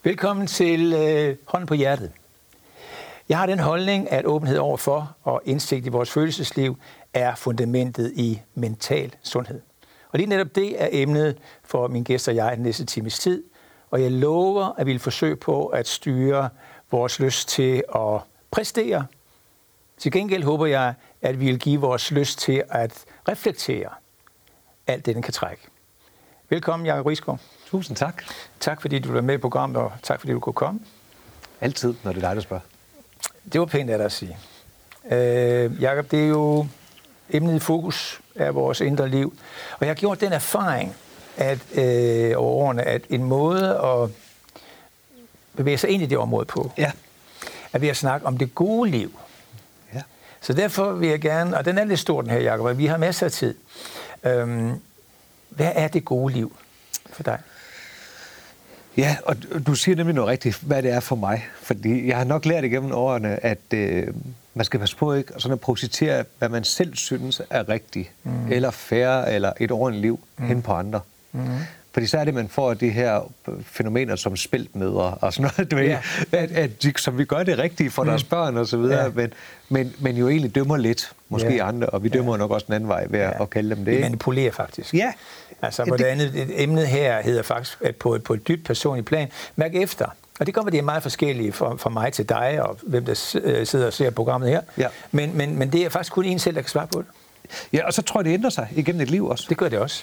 Velkommen til Hånden på hjertet. Jeg har den holdning, at åbenhed overfor og indsigt i vores følelsesliv er fundamentet i mental sundhed. Og lige netop det er emnet for mine gæster og jeg den næste times tid. Og jeg lover, at vi vil forsøge på at styre vores lyst til at præstere. Til gengæld håber jeg, at vi vil give vores lyst til at reflektere alt det, den kan trække. Velkommen, Jakob Risgaard. Tusind tak. Tak, fordi du var med i programmet, og tak, fordi du kunne komme. Altid, når det er dig, der spørger. Det var pænt af dig at sige. Jakob, det er jo emnet i fokus af vores indre liv. Og jeg har gjort den erfaring at, over årene, at en måde at bevæge sig ind i det område på, er ved at snakke om det gode liv. Ja. Så derfor vil jeg gerne, og den er lidt stor, den her, Jakob, og vi har masser af tid. Hvad er det gode liv for dig? Ja, og du siger nemlig noget rigtigt, hvad det er for mig. Fordi jeg har nok lært igennem årene, at man skal passe på ikke sådan at projitere, hvad man selv synes er rigtigt, eller fair, eller et ordentligt liv hen på andre. Fordi så er det, man får de her fænomener som spiltmødre og sådan noget, du ved, at de, som vi gør det rigtige for deres børn og så videre, men jo egentlig dømmer lidt, måske andre, og vi dømmer nok også en anden vej ved at kalde dem det. Vi manipulerer faktisk. Ja. Altså, hvordan emnet her hedder faktisk, at på et dybt personligt plan, mærk efter. Og det kan godt være, det er meget forskellige fra mig til dig, og hvem der sidder og ser programmet her. Ja. Men det er faktisk kun en selv, der kan svare på det. Ja, og så tror jeg, det ændrer sig igennem et liv også. Det gør det også.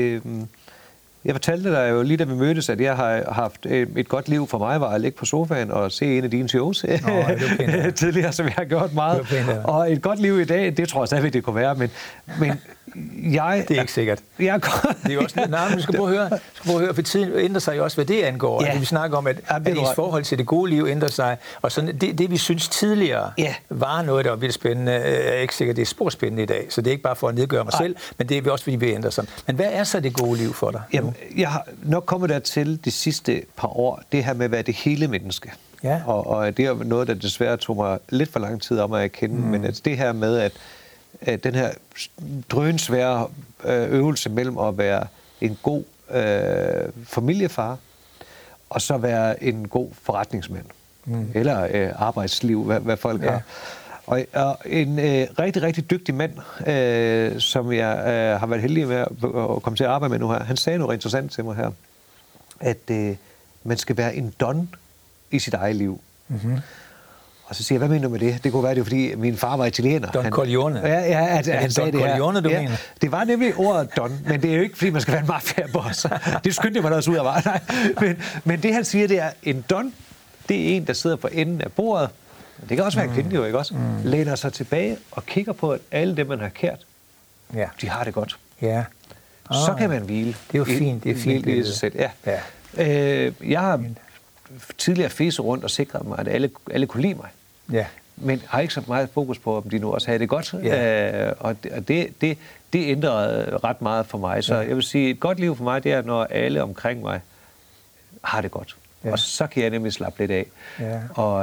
Jeg fortalte dig jo lige da vi mødtes, at jeg har haft et godt liv for mig, var at ligge på sofaen og se en af dine shows tidligere, som jeg har gjort meget. Og et godt liv i dag, det tror jeg stadigvæk, det kunne være, men jeg... Det er ikke sikkert. Det er jo også... Nej, men du skal prøve at høre, for tiden ændrer sig jo også, hvad det angår. Ja. Vi snakker om, at ens forhold til det gode liv ændrer sig, og sådan, det vi synes tidligere var noget, der var vildt spændende, er ikke sikkert, det er sporspændende i dag. Så det er ikke bare for at nedgøre mig selv, men det er også, fordi vi ændrer sig. Men hvad er så det gode liv for dig? Jamen, jeg har nok kommet dertil de sidste par år, det her med at være det hele menneske. Ja. Og det er noget, der desværre tog mig lidt for lang tid om at erkende, men altså det her med, at den her drønsvære øvelse mellem at være en god familiefar, og så være en god forretningsmand, eller arbejdsliv, hvad folk har. Og en rigtig, rigtig dygtig mand, som jeg har været heldig med at komme til at arbejde med nu her, han sagde noget interessant til mig her, at man skal være en don i sit eget liv. Og så siger jeg, hvad mener du med det? Det kunne være, det fordi min far var italiener. Don Corleone. Han sagde det her. Corleone, du mener? Det var nemlig ordet don, men det er jo ikke, fordi man skal være en mafia-boss. Det skyndte jeg mig da også ud af vejen. Men det, han siger, det er, en don, det er en, der sidder for enden af bordet. Det kan også være en kvinde, jo ikke også? Læner sig tilbage og kigger på, at alle dem, man har kært, de har det godt. Ja. Så kan man hvile. Det er jo fint. Det er fint. I sig selv. Jeg har tidligere fæset rundt og sikret mig, at alle kunne lide mig. Ja. Men har ikke så meget fokus på, om de nu også havde det godt. Ja. Og det ændrede ret meget for mig. Så jeg vil sige, et godt liv for mig, det er, når alle omkring mig har det godt. Ja. Og så kan jeg nemlig slappe lidt af. Ja.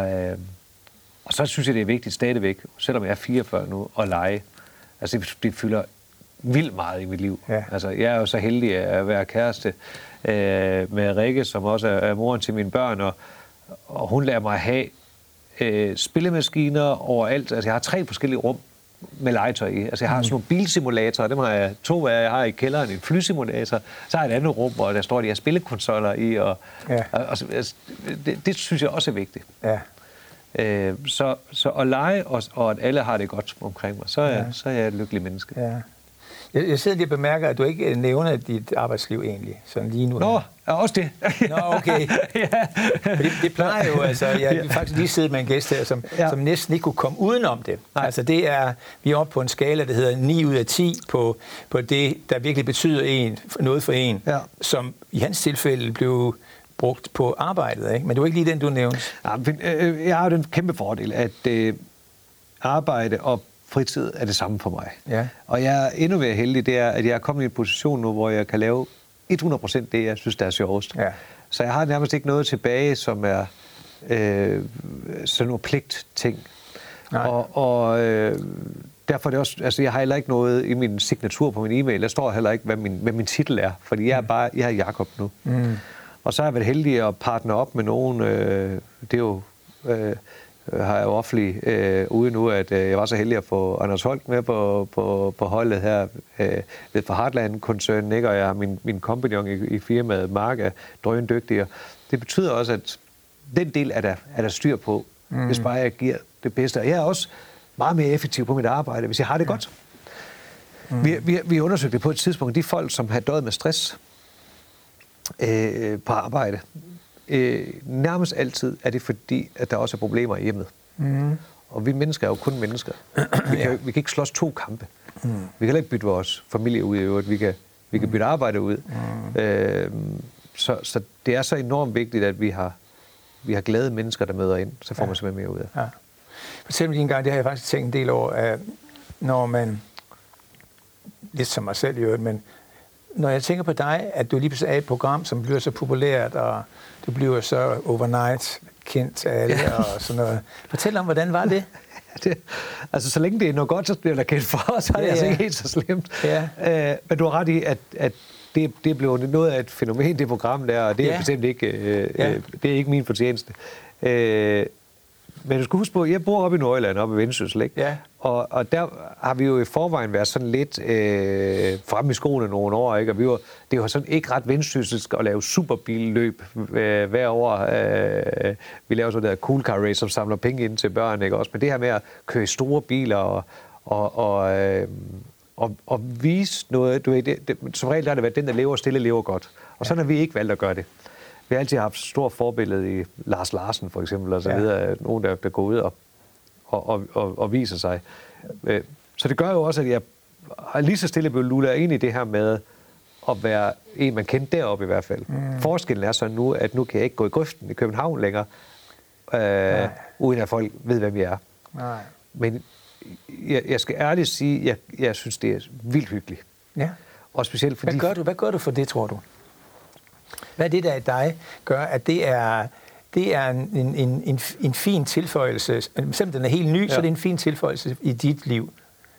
Og så synes jeg, det er vigtigt stadigvæk, selvom jeg er 44 nu, at lege. Altså, det fylder vildt meget i mit liv. Ja. Altså, jeg er jo så heldig at være kæreste med Rikke, som også er moren til mine børn, og hun lader mig have spillemaskiner overalt. Altså, jeg har 3 forskellige rum med legetøj i. Altså, jeg har sådan nogle bilsimulatorer, dem har jeg 2 af. Jeg har i kælderen en flysimulator. Så har jeg et andet rum, hvor der står de her spillekonsoller i, og det synes jeg også er vigtigt. Ja. Så at lege, og at alle har det godt omkring mig, så er jeg et lykkelig menneske. Ja. Jeg sidder lige og bemærker, at du ikke nævner dit arbejdsliv egentlig, sådan lige nu. Nå, også det. Nå, okay. Det plejer jo, altså, jeg har faktisk lige siddet med en gæst her, som næsten ikke kunne komme udenom det. Nej. Altså det er, vi er oppe på en skala, der hedder 9 ud af 10 på det, der virkelig betyder noget for en, som i hans tilfælde blev brugt på arbejdet, ikke? Men det var ikke lige den, du nævnte. Ja, jeg har jo den kæmpe fordel, at arbejde og fritid er det samme for mig. Ja. Og jeg er endnu mere heldig, det er, at jeg er kommet i en position nu, hvor jeg kan lave 100% det, jeg synes, der er sjovest. Ja. Så jeg har nærmest ikke noget tilbage, som er sådan nogle pligt-ting. Og derfor er det også, altså jeg har heller ikke noget i min signatur på min e-mail. Der står heller ikke, hvad min titel er, fordi jeg er Jakob nu. Og så har jeg været heldig at partner op med nogen. Det er jo... har jeg jo offentligt ude nu, at jeg var så heldig at få Anders Holk med på holdet her ved for Heartland-koncernen, ikke? Og jeg har min kompagnon i firmaet, Mark, er drøndygtig. Det betyder også, at den del er der styr på, hvis bare jeg giver det bedste. Og jeg er også meget mere effektiv på mit arbejde, hvis jeg har det godt. Vi undersøgte det på et tidspunkt. De folk, som har døjet med stress på arbejde, nærmest altid er det fordi, at der også er problemer i hjemmet. Og vi mennesker er jo kun mennesker. Vi kan ikke slås 2 kampe. Vi kan heller ikke bytte vores familie ud i øvrigt. Vi kan bytte arbejde ud. Så det er så enormt vigtigt, at vi har glade mennesker, der møder ind. Så får man simpelthen mere ud af. Ja. Fortæl mig lige en gang, det har jeg faktisk tænkt en del over, når man, lidt som mig selv i øvrigt, men når jeg tænker på dig, at du lige pludselig er et program, som bliver så populært, og du bliver så overnight kendt af alle og sådan noget. Fortæl om, hvordan var det? Altså, så længe det er noget godt, så bliver der kendt for os, så er det altså ikke helt så slemt. Ja. Men du har ret i, at det blev noget af et fænomen, det program der, og det er bestemt ikke, det er ikke min fortjeneste. Men du skal huske på, jeg bor oppe i Nordjylland, oppe i Vendsyssel, ikke? Ja. Og der har vi jo i forvejen været sådan lidt fremme i skoene nogle år, ikke? Og det var sådan ikke ret vendsysselsk at lave superbilløb hver år. Vi laver sådan der cool car race, som samler penge ind til børn, ikke også? Men det her med at køre i store biler og vise noget, du ved, som regel har det været den, der lever stille, lever godt. Og sådan har vi ikke valgt at gøre det. Vi har altid haft stor forbillede i Lars Larsen, for eksempel, og så videre, nogen, der går ud og viser sig. Så det gør jo også, at jeg lige så stille blevet lullet ind i det her med at være en, man kendte deroppe i hvert fald. Forskellen er så nu, at nu kan jeg ikke gå i grøften i København længere, uden at folk ved, hvem jeg er. Nej. Men jeg skal ærligt sige, jeg synes, det er vildt hyggeligt. Ja. Og specielt fordi... Hvad gør du for det, tror du? Hvad er det, der i dig gør, at det er en fin tilføjelse, selvom den er helt ny, så er det en fin tilføjelse i dit liv?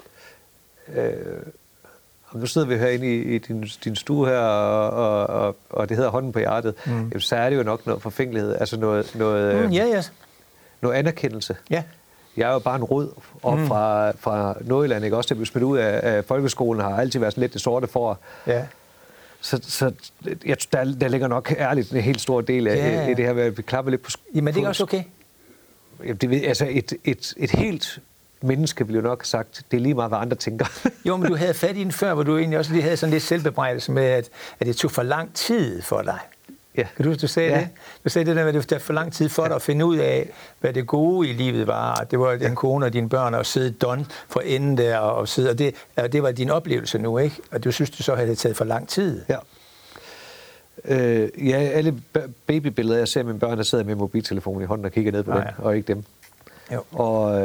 Nu sidder vi herinde i din stue her, og det hedder Hånden på hjertet. Jamen, så er det jo nok noget forfængelighed, altså noget anerkendelse. Ja. Jeg er jo bare en rød op fra Nordjylland, ikke? Også det blev smidt ud af folkeskolen, har altid været sådan lidt det sorte for. Ja. Så der ligger nok ærligt en helt stor del af det her, at vi klapper lidt på... Jamen, det er også okay. Jamen, altså, et helt menneske ville jo nok have sagt, det er lige meget, hvad andre tænker. Jo, men du havde fat i den før, hvor du egentlig også lige havde sådan lidt selvbebrejdelse med, at det tog for lang tid for dig. Ja. Kan du sagde det? Du sagde det der med, at det tog for lang tid for dig at finde ud af, hvad det gode i livet var. Det var din kone og dine børn, og sidde don for enden der og sidde. Og det var din oplevelse nu, ikke? Og du synes, du så havde det taget for lang tid. Ja. Alle babybilleder, jeg ser af mine børn, der sidder med mobiltelefonen i hånden og kigger ned på den, og ikke dem. Jo. Og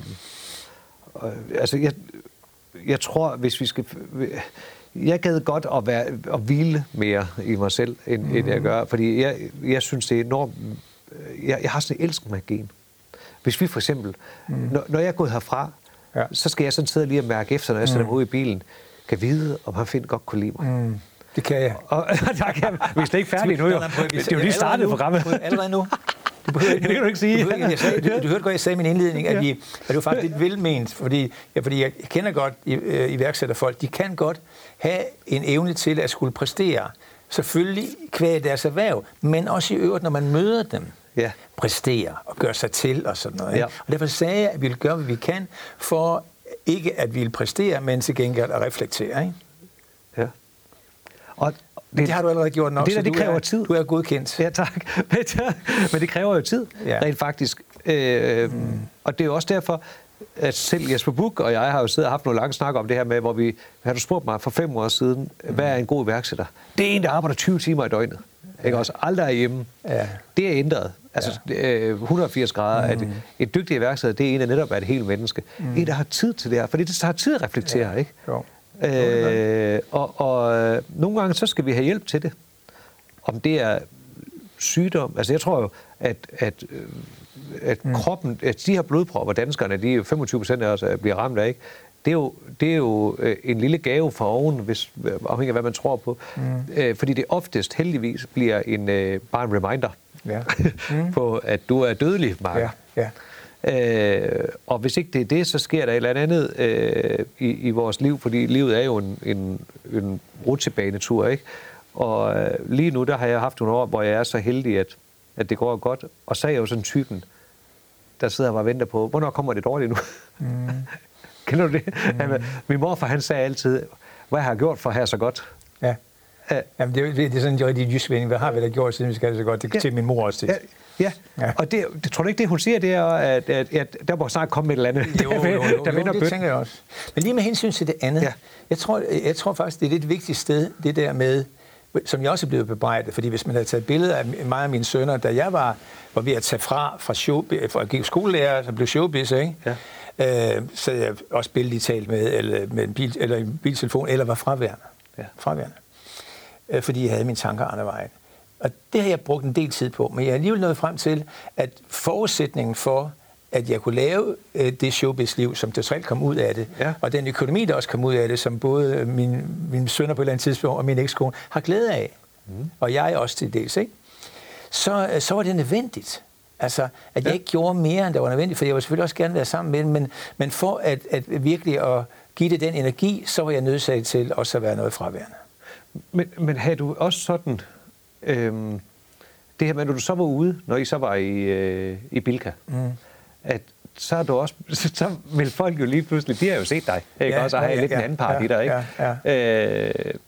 altså, jeg tror, hvis vi skal... Jeg gad godt at hvile mere i mig selv, end jeg gør, fordi jeg synes, det er enormt... Jeg har sådan et elsk-magen. Hvis vi for eksempel... Når jeg er gået herfra, så skal jeg sådan sidde lige og mærke efter, når jeg sætter mig ud i bilen, kan vide, om han Finn godt kunne lide mig. Det kan jeg. Vi er slet ikke færdige nu, jo. Det er jo lige startet programmet. Allerede nu. Det kan du ikke sige. Du hørte godt, jeg sagde i min indledning, at det var faktisk lidt velment, fordi jeg kender godt iværksætterfolk. De kan godt have en evne til at skulle præstere. Selvfølgelig kvæg deres erhverv, men også i øvrigt, når man møder dem. Ja. Præstere og gøre sig til og sådan noget. Ja. Og derfor sagde jeg, at vi vil gøre, hvad vi kan, for ikke at vi vil præstere, men til gengæld at reflektere. Ikke? Ja. Og det har du allerede gjort nok, det kræver tid. Du er godkendt. Ja, tak. Men det kræver jo tid, rent faktisk. Og det er jo også derfor, at selv Jesper Buch og jeg har jo siddet og haft nogle lange snakker om det her med, hvor vi... Har du spurgt mig for 5 år siden, hvad er en god iværksætter? Det er en, der arbejder 20 timer i døgnet. Ikke også? Aldrig er hjemme. Ja. Det er ændret. Altså 180 grader. At et dygtig iværksætter, det er en, der netop er et helt menneske. En, der har tid til det her. Fordi det tager tid at reflektere, ikke? Jo. Og nogle gange så skal vi have hjælp til det. Om det er sygdom. Altså jeg tror jo, at kroppen, at de her blodpropper, danskerne, de er 25% af os bliver ramt af, ikke? det er jo en lille gave for oven, hvis afhængig af, hvad man tror på. Fordi det oftest heldigvis bliver bare en reminder på, at du er dødelig, Mark. Ja. Og hvis ikke det er det, så sker der et eller andet i vores liv, fordi livet er jo en rutsjebanetur, ikke? Og lige nu, der har jeg haft nogle år, hvor jeg er så heldig, at det går godt. Og så er jeg jo sådan typen, der sidder og bare venter på, hvornår kommer det dårligt nu? Kender du det? Min morfar, han sagde altid, hvad har jeg gjort for at have så godt? Ja. Jamen, det er sådan en rigtig jysk vending. Hvad har vi da gjort, siden vi skal have det så godt? Det til min mor også til. Ja. Og det tror du ikke, det hun siger, det er, at der må snart komme et eller andet, der vinder det tænker jeg også. Men lige med hensyn til det andet, jeg tror faktisk, det er et lidt vigtigt sted, det der med, som jeg også er blevet bebrejdet, fordi hvis man havde taget billeder af mig og mine sønner, da jeg var ved at tage fra at give skolelærer, så blev showbiz, ikke? Ja. Så jeg også billedligt talt med en bil, eller en biltelefon, eller var fraværende. Ja. Fraværende. Fordi jeg havde mine tanker andre vejen. Og det har jeg brugt en del tid på, men jeg er alligevel nået frem til, at forudsætningen for, at jeg kunne lave det showbiz-liv, som totalt kom ud af det, og den økonomi, der også kom ud af det, som både mine sønner på et eller andet tidspunkt og min ekskone har glæde af, og jeg også til dels, ikke? Så var det nødvendigt. Altså, at jeg ikke gjorde mere, end det var nødvendigt, for jeg ville selvfølgelig også gerne være sammen med dem, men for at virkelig at give det den energi, så var jeg nødsaget til også at være noget fraværende. Men havde du også sådan, det her med, når du så var ude, når I så var i Bilka, at så er du også, så vil folk jo lige pludselig, de har jo set dig, ikke? Også have lidt en anden part i dig, ikke?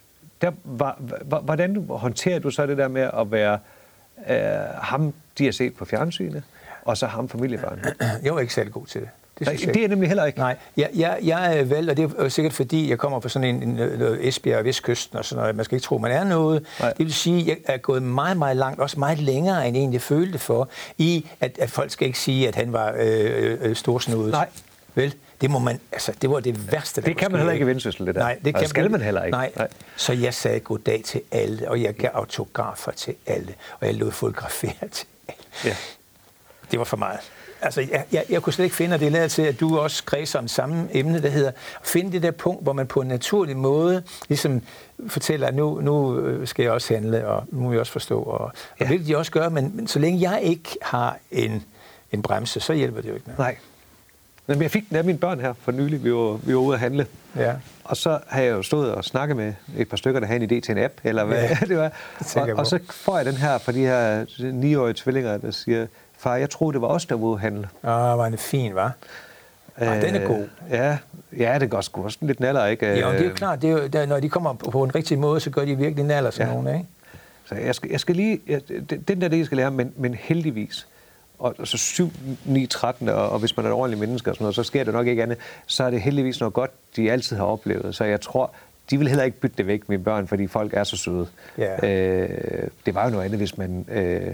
Hvordan håndterer du så det der med at være ham, de har set på fjernsynet, og så ham familiefaren? Jeg var ikke særlig god til det. Det er nemlig heller ikke. Nej, jeg er valgt, og det er sikkert fordi, jeg kommer fra sådan en Esbjerg og Vestkysten og sådan noget. Man skal ikke tro, man er noget. Nej. Det vil sige, at jeg er gået meget, meget langt, også meget længere, end jeg egentlig følte for, i at folk skal ikke sige, at han var storsnudet. Nej. Vel? Det må man, altså, det var det værste, der det kan man heller ikke i Vendsyssel, det der. Nej, det skal man heller ikke. Nej. Så jeg sagde goddag til alle, og jeg gav autografer til alle, og jeg lod fotografere til alle. Ja. Det var for meget. Altså, jeg kunne slet ikke finde, og det lader til, at du også kredser om samme emne, der hedder at finde det der punkt, hvor man på en naturlig måde ligesom fortæller, at nu skal jeg også handle, og nu må jeg også forstå, og det vil de også gøre, men så længe jeg ikke har en bremse, så hjælper det jo ikke noget. Nej. Men jeg fik den af mine børn her for nylig, vi var ude at handle. Ja. Og så har jeg jo stået og snakket med et par stykker, der havde en idé til en app, eller hvad det var. Og så får jeg den her fra de her 9-årige tvillinger, der siger, far, jeg troede, det var os, der var ude at handle. Var det fin, hva'? Den er god. Ja, det går sgu også lidt naller, ikke? Ja, det er jo klart, det er jo, når de kommer på en rigtig måde, så gør de virkelig naller sådan nogen, ikke? Så jeg skal lige, den der det, jeg skal lære, men heldigvis, og så 7, 9, 13, og hvis man er et ordentligt menneske og sådan noget, så sker det nok ikke andet, så er det heldigvis noget godt, de altid har oplevet. Så jeg tror, de vil heller ikke bytte det væk, mine børn, fordi folk er så søde. Yeah. Det var jo noget andet, hvis man...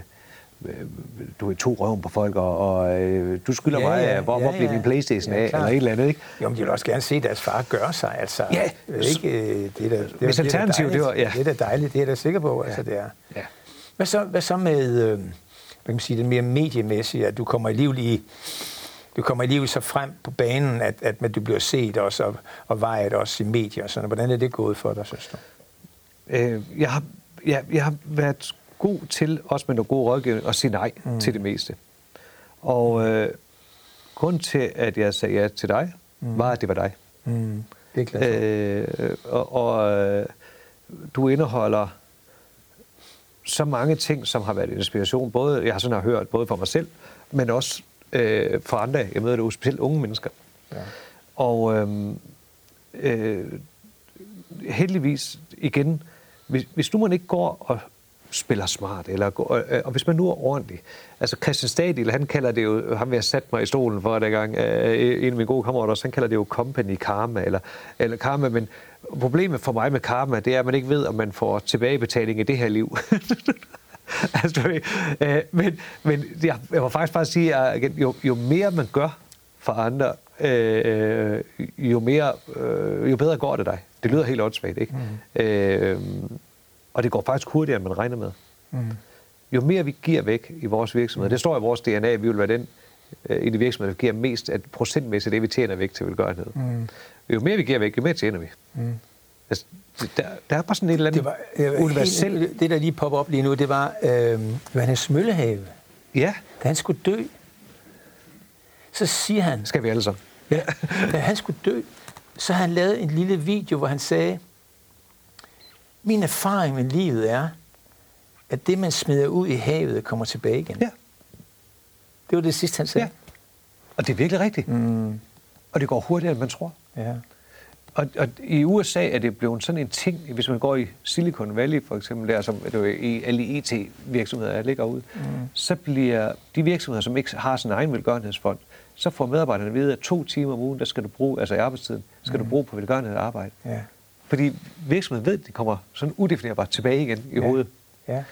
du er 2 røven på folk, og du skylder mig, hvor bliver min PlayStation af, eller et eller andet, ikke? Jo, men de vil også gerne se deres far gøre sig, altså. Ja. Ikke, det er hvis alternativ, det var... Ja. Det er da dejligt, det er jeg da sikker på, altså det er. Ja. Hvad så med, hvad kan man sige, det mere mediemæssige, at du kommer i liv så frem på banen, at du bliver set også, og vejet også i medier og sådan. Hvordan er det gået for dig, synes du? Jeg har været god til, også med noget god rådgivning, at sige nej til det meste. Og grund til, at jeg sagde ja til dig, var, at det var dig. Det er klart. Du indeholder så mange ting, som har været inspiration. Både, jeg har sådan hørt, både for mig selv, men også for andre. Jeg møder det jo specielt unge mennesker. Ja. Og heldigvis igen, hvis nu man ikke går og spiller smart, og hvis man nu er ordentlig. Altså Christian Stadil, han kalder det jo, ham vil jeg sat mig i stolen for dengang, en af mine gode kammerater også, han kalder det jo company karma, eller karma, men problemet for mig med karma, det er, at man ikke ved, om man får tilbagebetaling i det her liv. Altså, men jeg må faktisk bare sige, at jo mere man gør for andre, jo bedre går det dig. Det lyder helt åndssvagt, ikke? Og det går faktisk hurtigere, end man regner med. Jo mere vi giver væk i vores virksomhed, det står i vores DNA, vi vil være den i de virksomheder, der giver mest at procentmæssigt det, vi tjener væk til velgørenhed. Jo mere vi giver væk, jo mere tjener vi. Altså, der er bare sådan et eller andet universelt. Det, der lige popper op lige nu, det var Johannes Møllehave. Ja. Da han skulle dø, så siger han... Skal vi alle sammen? Ja. Da han skulle dø, så har han lavet en lille video, hvor han sagde, min erfaring med livet er, at det, man smider ud i havet, kommer tilbage igen. Ja. Det var det sidste, han sagde. Ja. Og det er virkelig rigtigt. Og det går hurtigere, end man tror. Ja. Og i USA er det blevet sådan en ting, hvis man går i Silicon Valley for eksempel, der som alle IT-virksomheder der ligger ude, så bliver de virksomheder, som ikke har sin egen velgørenhedsfond, så får medarbejderne at vide, at 2 timer om ugen, der skal du bruge, altså i arbejdstiden, skal du bruge på velgørenhedsarbejde. Ja. Fordi virksomheden ved, at de kommer sådan udefinerbart tilbage igen i hovedet. Ja.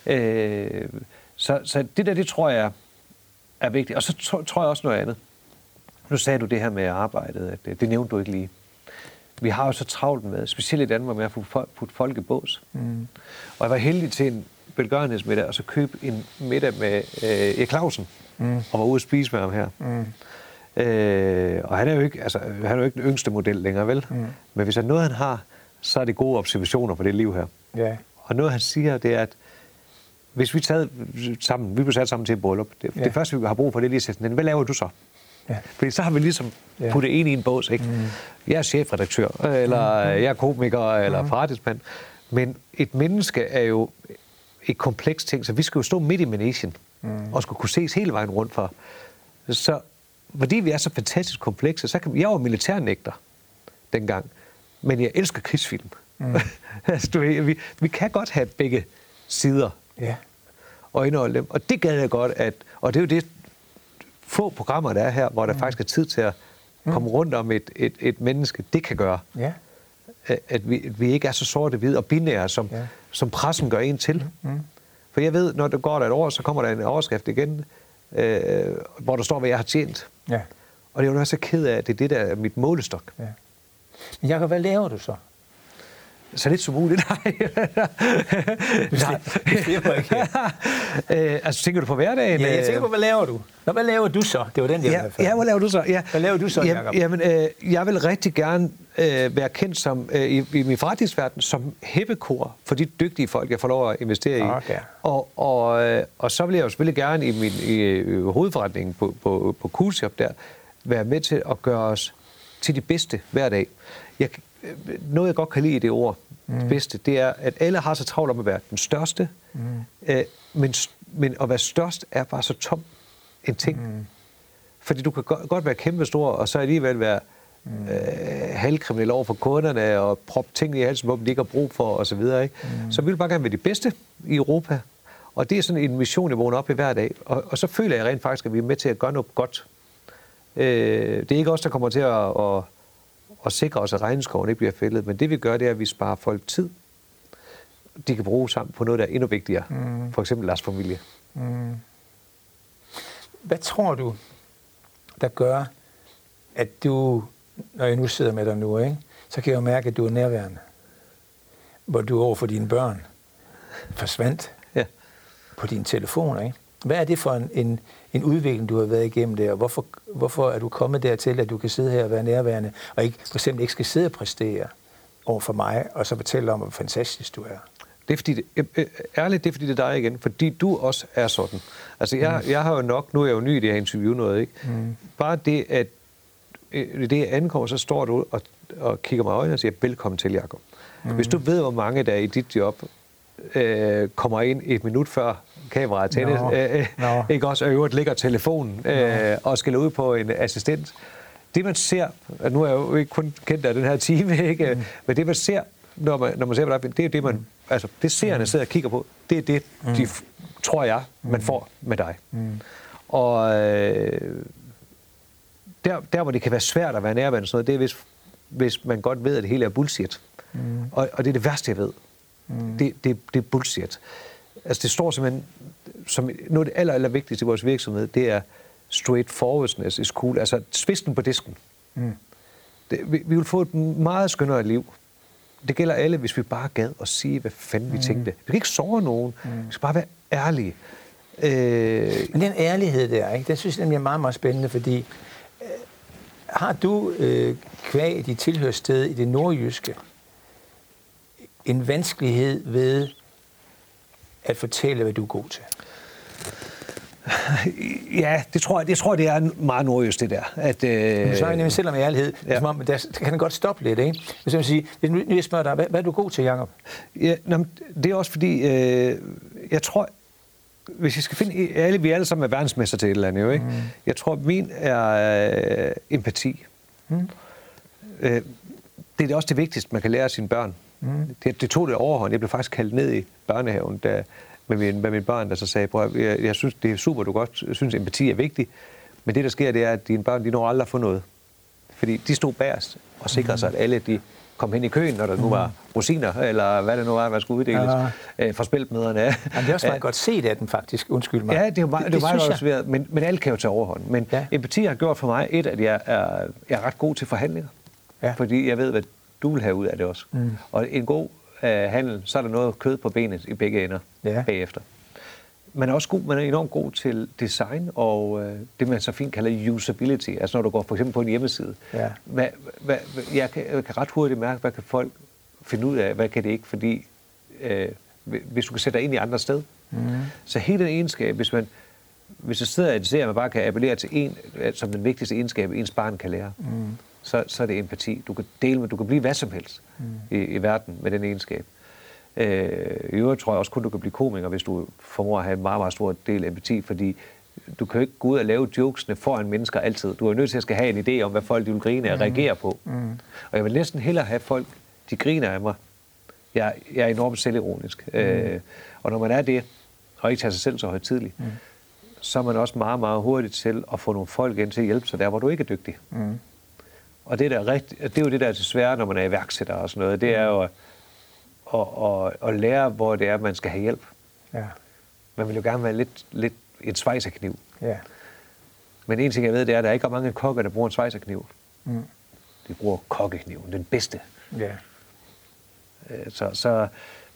Så det der, det tror jeg er vigtigt. Og så tror jeg også noget andet. Nu sagde du det her med arbejdet, at det nævnte du ikke lige. Vi har jo så travlt med, specielt i Danmark, med at putte folk i bås. Og jeg var heldig til en velgørenhedsmiddag, og så købe en middag med Erik Clausen, og var ude at spise med ham her. Og han er jo ikke, den yngste model længere, vel? Men hvis der er noget, han har, så er det gode observationer på det liv her. Yeah. Og noget, han siger, det er, at hvis vi blev sat sammen til et bryllup, det første, vi har brug for, det er lige at sætte den. Hvad laver du så? Ja. Fordi så har vi ligesom puttet en i en bås, ikke? Jeg er chefredaktør, eller jeg er komiker, eller forretningsmand. Men et menneske er jo et komplekst ting, så vi skal jo stå midt i managen, og skulle kunne ses hele vejen rundt for. Så fordi vi er så fantastisk komplekse, så kan jeg var militærnægter dengang, men jeg elsker krigsfilm. Altså, vi kan godt have begge sider og indeholde dem. Og det gad jeg godt, og det er jo det få programmer, der er her, hvor der faktisk er tid til at komme rundt om et menneske, det kan gøre. Ja. At vi ikke er så sorte-hvide og binære, som pressen gør en til. For jeg ved, når det går der et år, så kommer der en overskrift igen, hvor der står, hvad jeg har tjent. Ja. Og det er jo også så ked af, at det er det, der er mit målestok. Ja. Men Jacob, hvad laver du så? Så lidt som muligt, nej. Altså, tænker du på hverdagen? Ja, jeg tænker på, hvad laver du? Hvad laver du så? Det var den, jeg ja, hvad laver du så? Ja. Hvad laver du så, Jacob? Jamen, jeg vil rigtig gerne være kendt som, i min forretningsverden som heppekor for de dygtige folk, jeg får lov at investere i. Okay. Og så vil jeg jo selvfølgelig gerne i hovedforretningen på Coolshop der, være med til at gøre os til de bedste hver dag. Noget, jeg godt kan lide i det ord, det bedste, det er, at alle har så travlt om at være den største, men at være størst er bare så tom en ting. Fordi du kan godt være kæmpestor, og så alligevel være halvkriminel over for kunderne, og proppe ting i halsen, hvor de ikke har brug for, osv. Så vi vil bare gerne være de bedste i Europa, og det er sådan en mission, jeg vågner op i hver dag, og så føler jeg rent faktisk, at vi er med til at gøre noget godt. Det er ikke os, der kommer til at sikre os, at regnskoven ikke bliver fældet. Men det vi gør, det er, at vi sparer folk tid. De kan bruge sammen på noget, der er endnu vigtigere. For eksempel deres familie. Hvad tror du, der gør, at du, når jeg nu sidder med dig nu, ikke, så kan jeg jo mærke, at du er nærværende. Hvor du over for dine børn forsvandt på din telefon, ikke? Hvad er det for en udvikling, du har været igennem der? Hvorfor er du kommet dertil, at du kan sidde her og være nærværende, og ikke, for eksempel ikke skal sidde og præstere over for mig, og så fortælle om, hvor fantastisk du er? Det er fordi, ærligt, det er fordi, det er dig igen. Fordi du også er sådan. Altså, jeg har jo nok, nu er jeg jo ny i det her interview noget, ikke? Bare det, at det jeg ankommer, så står du og kigger mig i øjnene og siger, velkommen til, Jacob. Hvis du ved, hvor mange der i dit job kommer ind 1 minut før kameraet tændes, ikke også, og øvrigt ligger telefonen og skal ud på en assistent. Det man ser, og nu er jeg jo ikke kun kendt af den her time, ikke? Men det man ser, når man ser på dig, det er det man, altså det seerne sidder og kigger på, det er det, de tror jeg, man får med dig. Og der hvor det kan være svært at være nærværende sådan noget, det er hvis man godt ved, at det hele er bullshit. Og det er det værste, jeg ved. Det er bullshit. Altså det står simpelthen som noget af det aller vigtigste i vores virksomhed, det er straightforwardness is cool, altså spidsen på disken. Vi vil få et meget skønnere liv. Det gælder alle, hvis vi bare gad at sige, hvad fanden vi tænkte. Vi kan ikke såre nogen. Vi skal bare være ærlige. Men den ærlighed der, ikke? Den synes jeg nemlig er meget, meget spændende, fordi har du kvæg dit tilhørssted i det nordjyske en vanskelighed ved at fortælle, hvad du er god til? Ja, det tror jeg, det er meget nordjysk, det der. At, du snakker nemlig selv om ærlighed, ja. Som om, der kan den godt stoppe lidt, ikke? Hvis jeg sige, nu jeg spørger dig, hvad er du god til, Jacob? Ja, det er også fordi, jeg tror, hvis jeg skal finde, vi alle sammen er verdensmester til et eller andet, jo, ikke? Jeg tror, min er empati. Det er også det vigtigste, man kan lære af sine børn. Det tog det overhånd. Jeg blev faktisk kaldt ned i børnehaven, med mine børn, der så sagde, jeg synes, det er super, du godt synes, empati er vigtig, men det, der sker, det er, at dine børn, de når aldrig at få noget. Fordi de stod bagerst og sikrede sig, at alle de kom hen i køen, når der nu var rosiner, eller hvad det nu var, der skulle uddeles fra spiltmøderne. Jamen, det er også meget godt set af den, faktisk. Undskyld mig. Ja, det er meget godt svært, men alle kan jo tage overhånd. Men empati har gjort for mig, at jeg er ret god til forhandlinger. Ja. Fordi jeg ved, hvad du vil have ud af det også. Og en god handel, så er der noget kød på benet i begge ender bagefter. Man er enormt god til design og det, man så fint kalder usability. Altså når du går for eksempel på en hjemmeside. Ja. Jeg kan ret hurtigt mærke, hvad kan folk finde ud af, hvad kan det ikke, fordi hvis du kan sætte dig ind i andre sted. Så hele den egenskab, hvis jeg sidder og ser, at man bare kan appellere til en, som den vigtigste egenskab, ens barn kan lære, så er det empati. Du kan dele med, du kan blive hvad som helst i verden med den egenskab. I øvrigt tror jeg også kun, du kan blive komiker, hvis du formår at have en meget, meget stor del empati, fordi du kan jo ikke gå ud og lave jokesene foran mennesker altid. Du er nødt til at skal have en idé om, hvad folk de vil grine og reagere på. Og jeg vil næsten hellere have folk, de griner af mig. Jeg er enormt selvironisk. Og når man er det, og ikke tager sig selv så højtideligt, så er man også meget, meget hurtigt til at få nogle folk ind til at hjælpe sig der, hvor du ikke er dygtig. Og det er jo det, der er til svære, når man er iværksætter og sådan noget. Det er jo at lære, hvor det er, man skal have hjælp. Ja. Man vil jo gerne være lidt en svejserkniv. Ja. Men en ting, jeg ved, det er, at der ikke er mange kokker, der bruger en svejserkniv. De bruger kokkekniven, den bedste. Ja. Så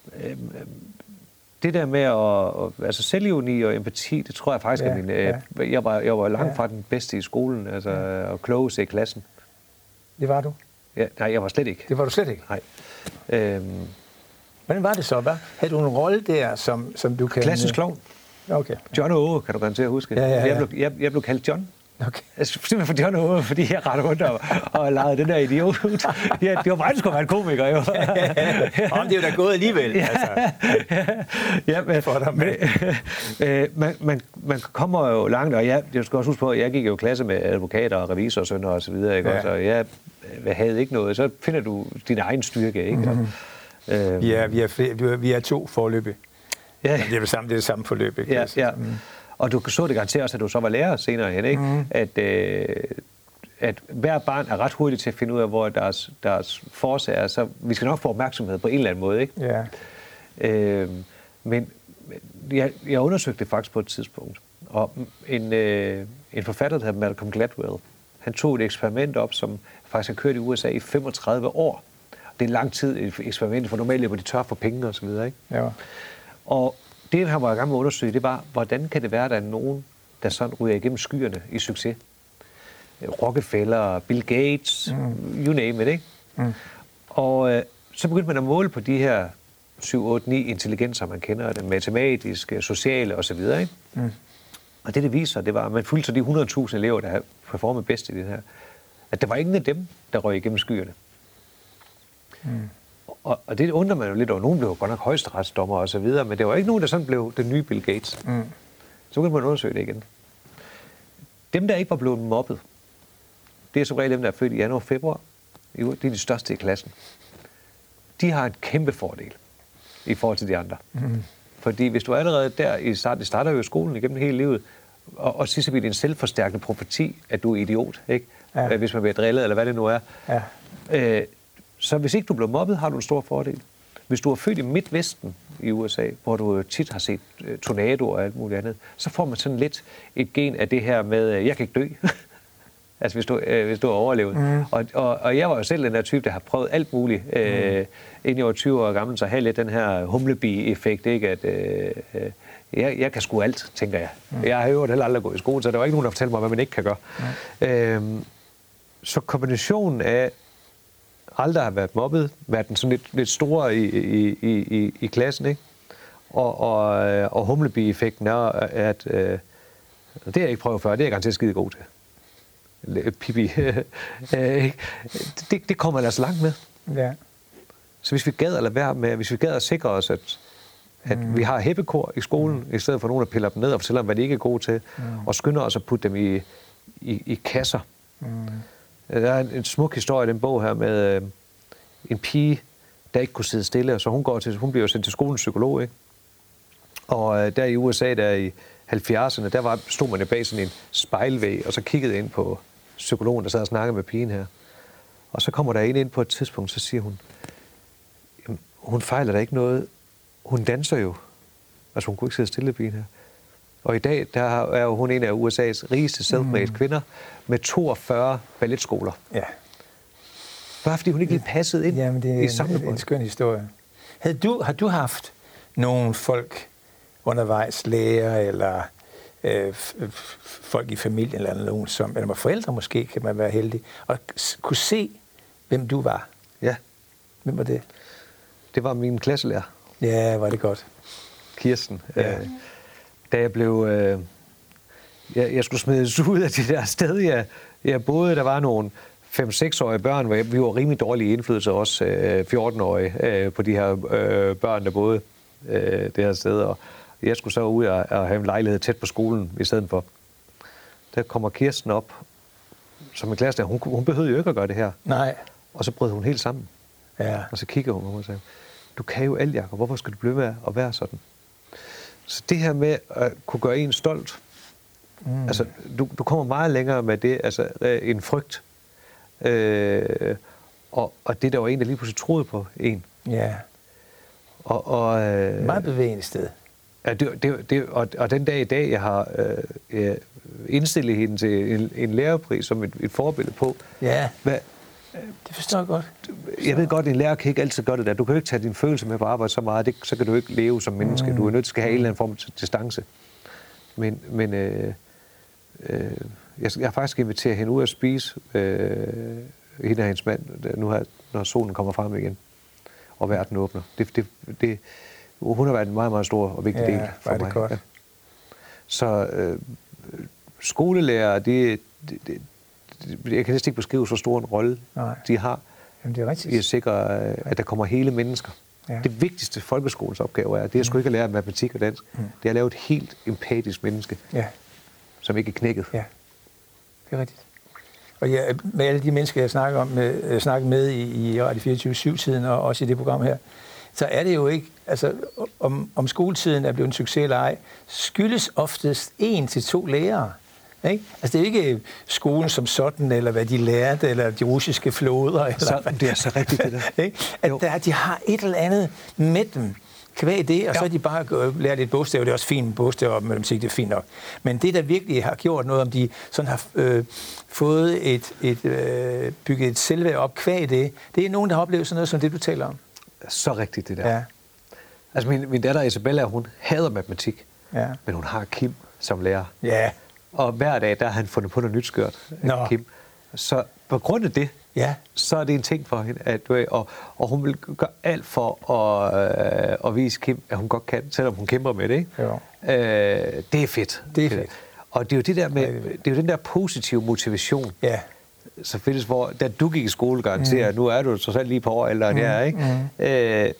det der med altså selvironi og empati, det tror jeg faktisk er min... Jeg var langt fra den bedste i skolen, altså, og klogeste i klassen. Det var du? Ja, nej, jeg var slet ikke. Det var du slet ikke? Nej. Hvordan var det så? Havde du en rolle der, som du kan... Klassens klovn. Okay. John Åge, kan du garanteret at huske. Ja. Jeg blev kaldt John. Okay. Altså, simpelthen for John Åge, fordi jeg rettede rundt og legede den der idiot. Ja, det var mig, der skulle være en komiker, jo. Det er jo da gået alligevel. Man kommer jo langt, og jeg skal også huske på, at jeg gik jo i klasse med advokater og revisorsønner og så videre, ikke? Ja. Så jeg havde ikke noget. Så finder du din egen styrke, ikke? Vi er 2 forløb. Ja. Det er det samme forløb, ikke? Ja. Og du så det garanteret også, at du så var lærer senere hen, ikke? At hver barn er ret hurtigt til at finde ud af, hvor deres force er. Så vi skal nok få opmærksomhed på en eller anden måde, ikke? Ja. Men jeg undersøgte det faktisk på et tidspunkt. Og en forfatter, der hedder Malcolm Gladwell, han tog et eksperiment op, som faktisk har kørt i USA i 35 år. Det er en lang tid et eksperiment, for normalt hvor de tør for penge og så videre, ikke? Ja. Og det, han var i gang med at undersøge, det var, hvordan kan det være, at der er nogen, der sådan ryger igennem skyerne i succes? Rockefeller, Bill Gates, you name it, ikke? Og så begyndte man at måle på de her 7, 8, 9 intelligenser, man kender, det matematiske, sociale osv., ikke? Og det viser, det var, at man fulgte så de 100.000 elever, der har performet bedst i det her, at der var ingen af dem, der røg igennem skyerne. Og det undrer man jo lidt over. Nogen blev godt nok højesteretsdommer og så videre, men det var ikke nogen, der sådan blev den nye Bill Gates. Så kunne man undersøge det igen. Dem, der ikke var blevet mobbet, det er som regel dem, der er født i januar og februar. Det er de største i klassen. De har en kæmpe fordel i forhold til de andre. Fordi hvis du allerede der i starten, det starter jo i skolen igennem hele livet, og sidst bliver det en selvforstærkende profeti, at du er idiot, ikke? Ja. Hvis man bliver drillet, eller hvad det nu er. Ja. Så hvis ikke du bliver mobbet, har du en stor fordel. Hvis du er født i Midtvesten i USA, hvor du tit har set tornadoer og alt muligt andet, så får man sådan lidt et gen af det her med, jeg kan ikke dø. Altså hvis du har overlevet. Og jeg var jo selv den der type, der har prøvet alt muligt, inden jeg var 20 år gammel, så havde lidt den her humlebi-effekt, ikke? At jeg kan sgu alt, tænker jeg. Jeg har jo heller aldrig gået i skole, så der var ikke nogen, der fortalte mig, hvad man ikke kan gøre. Så kombinationen af aldrig har været mobbet, været den sådan lidt store i klassen, ikke? Og humlebi-effekten er, at det har jeg ikke prøvet før, det er jeg garanteret skide god til. Pippi. Det kommer altså langt med. Ja. Så hvis vi gad at lade være med, hvis vi gad at sikre os, at vi har heppekor i skolen, i stedet for nogen, der piller dem ned og fortæller dem, hvad de ikke er gode til, og skynder os at putte dem i kasser. Der er en smuk historie i den bog her med en pige, der ikke kunne sidde stille, så hun blev jo sendt til skolens psykolog, ikke? Og der i USA, der i 70'erne, der stod man bag sådan en spejlvæg, og så kiggede ind på psykologen, der sad og snakkede med pigen her. Og så kommer der ind på et tidspunkt, så siger hun, hun fejler da ikke noget. Hun danser jo. Altså hun kunne ikke sidde stille, pigen her. Og i dag, der er jo hun en af USA's rigeste self-made kvinder, med 42 balletskoler. Ja. Bare fordi hun ikke lige passede ind i samlebåndet. Det er en skøn historie. Har du haft nogle folk undervejs, læger eller folk i familien eller nogen, eller forældre måske, kan man være heldig, og kunne se, hvem du var? Ja. Hvem var det? Det var min klasselærer. Ja, var det godt. Kirsten. Ja. Da jeg blev... jeg skulle smides ud af det der sted, jeg boede. Der var nogle 5-6-årige børn, hvor vi var rimelig dårlige indflydelse, også 14-årige, på de her børn, der boede det her sted. Og jeg skulle så ud og have en lejlighed tæt på skolen i stedet for. Der kommer Kirsten op, som en klasse der. Hun behøvede jo ikke at gøre det her. Nej. Og så brød hun helt sammen. Ja. Og så kigger hun og siger, du kan jo alt, Jacob. Hvorfor skal du blive med at være sådan? Så det her med at kunne gøre en stolt, altså du kommer meget længere med det, altså en frygt. Og det der var en, der lige pludselig troede på en. Ja. Meget bevægende sted. Ja, og den dag i dag, jeg har indstillet hende til en lærerpris som et forbillede på. Ja, det forstår jeg godt. Jeg ved godt, at en lærer kan ikke altid gøre det der. Du kan jo ikke tage dine følelser med på arbejde så meget. Så kan du ikke leve som menneske. Du er nødt til at have en eller anden form for distance. Men jeg har faktisk inviteret hende ud at spise, hende og hendes mand, nu her, når solen kommer frem igen, og verden åbner. Hun har været en meget, meget stor og vigtig del for mig. Godt. Ja. Så skolelærer, jeg kan næsten ikke beskrive, så stor en rolle de har. Jamen, det er rigtigt. I at sikre, at der kommer hele mennesker. Ja. Det vigtigste folkeskolens opgave det er sgu ikke at lære matematik og dansk. Det er at lave et helt empatisk menneske, som ikke er knækket. Ja, det er rigtigt. Og med alle de mennesker, jeg snakker med i Radio 24/7-tiden og også i det program her, så er det jo ikke, altså om skoletiden er blevet en succes eller ej, skyldes oftest 1 til 2 lærere. Ikke? Altså det er jo ikke skolen som sådan, eller hvad de lærte, eller de russiske floder. Eller det er så rigtigt, det der. Ikke? At de har et eller andet med dem, kvæg det, og så er de bare lært et bogstav. Det er også fint bogstav op, men det er fint nok. Men det, der virkelig har gjort noget, om de sådan har fået bygget et selvværd op kvæg det er nogen, der har oplevet sådan noget som det, du taler om. Så rigtigt, det der. Ja. Altså min datter Isabella, hun hader matematik, men hun har Kim som lærer. Ja. Og hver dag, der har han fundet på noget nyt skørt, Kim. Så på grund af det, så er det en ting for hende. Og hun vil gøre alt for at vise Kim, at hun godt kan, selvom hun kæmper med det. Ikke? Det er fedt. Det er fedt. Og det er jo det der med, det er jo den der positive motivation. Ja. Selvfølgelig, hvor da du gik i skole, garanterer, nu er du trods alt lige på år, eller der, ikke?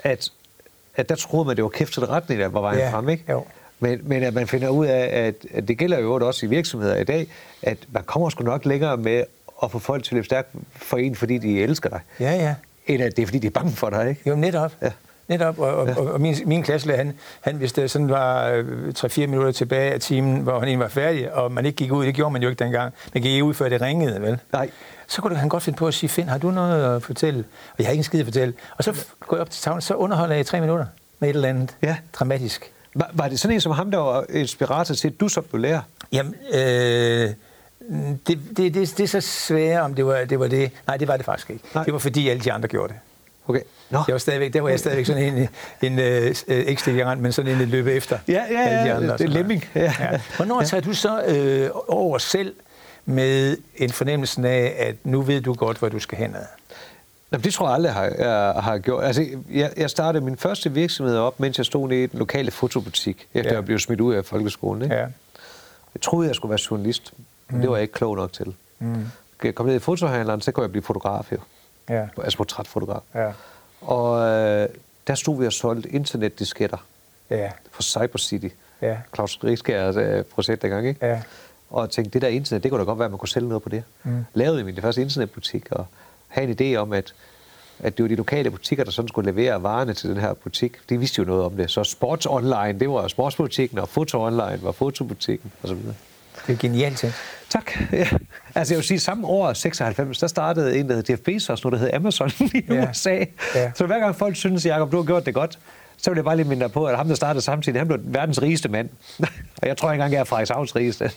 At der troede man, det var kæft til retning, der var vejen frem, ikke? Jo. Men at man finder ud af, at det gælder jo også i virksomheder i dag, at man kommer sgu nok længere med at få folk til at løbe stærkt for en, fordi de elsker dig. Ja. End at det er, fordi de er bange for dig, ikke? Jo, netop. Ja. Netop, og min klasselærer, han hvis det sådan var 3-4 minutter tilbage af timen, hvor han egentlig var færdig, og man ikke gik ud, det gjorde man jo ikke dengang, man gik ud, før det ringede, vel? Nej. Så kunne han godt finde på at sige, Finn, har du noget at fortælle? Og jeg har ikke en skid at fortælle. Og så går jeg op til tavlen, så underholder jeg i 3 minutter med et eller andet dramatisk. Var det sådan en som ham, der var inspirator til, at du så blev lærer? Jamen, Det er så svært, om det var det. Nej, det var det faktisk ikke. Nej. Det var fordi alle de andre gjorde det. Okay. Der var jeg stadigvæk sådan ikke stigerant, men sådan en løbe efter alle de andre. Det er lemming. Ja. Hvornår tager du så over selv med en fornemmelse af, at nu ved du godt, hvor du skal hen ad? Jamen, det tror jeg aldrig, jeg har gjort. Altså, jeg startede min første virksomhed op, mens jeg stod nede i den lokale fotobutik, efter jeg blev smidt ud af folkeskolen. Ikke? Ja. Jeg troede, jeg skulle være journalist, men det var jeg ikke klog nok til. Jeg kom ned i fotohandleren, så kunne jeg blive fotograf, jo. Ja. Altså portrætfotograf. Ja. Og der stod vi og solgte internetdisketter for Cybercity. Ja. Claus Rieskjærs projekt dengang, ikke? Ja. Og tænkte, det der internet, det kunne da godt være, at man kunne sælge noget på det. Lavede min første internetbutik, og havde en idé om, at det var de lokale butikker, der sådan skulle levere varerne til den her butik. De vidste jo noget om det. Så sports online, det var sportsbutikken, og foto online var fotobutikken, og så videre. Det er genialt ting. Tak. Ja. Altså jeg vil sige, samme år, 96, der startede en, der hed Jeff Bezos, noget der hed Amazon i USA. Ja. Så hver gang folk synes, Jacob, du har gjort det godt, så vil jeg bare lige minde dig på, at ham, der startede samtidig, han blev verdens rigeste mand. Og jeg tror ikke engang, jeg er Frederikshavns rigeste.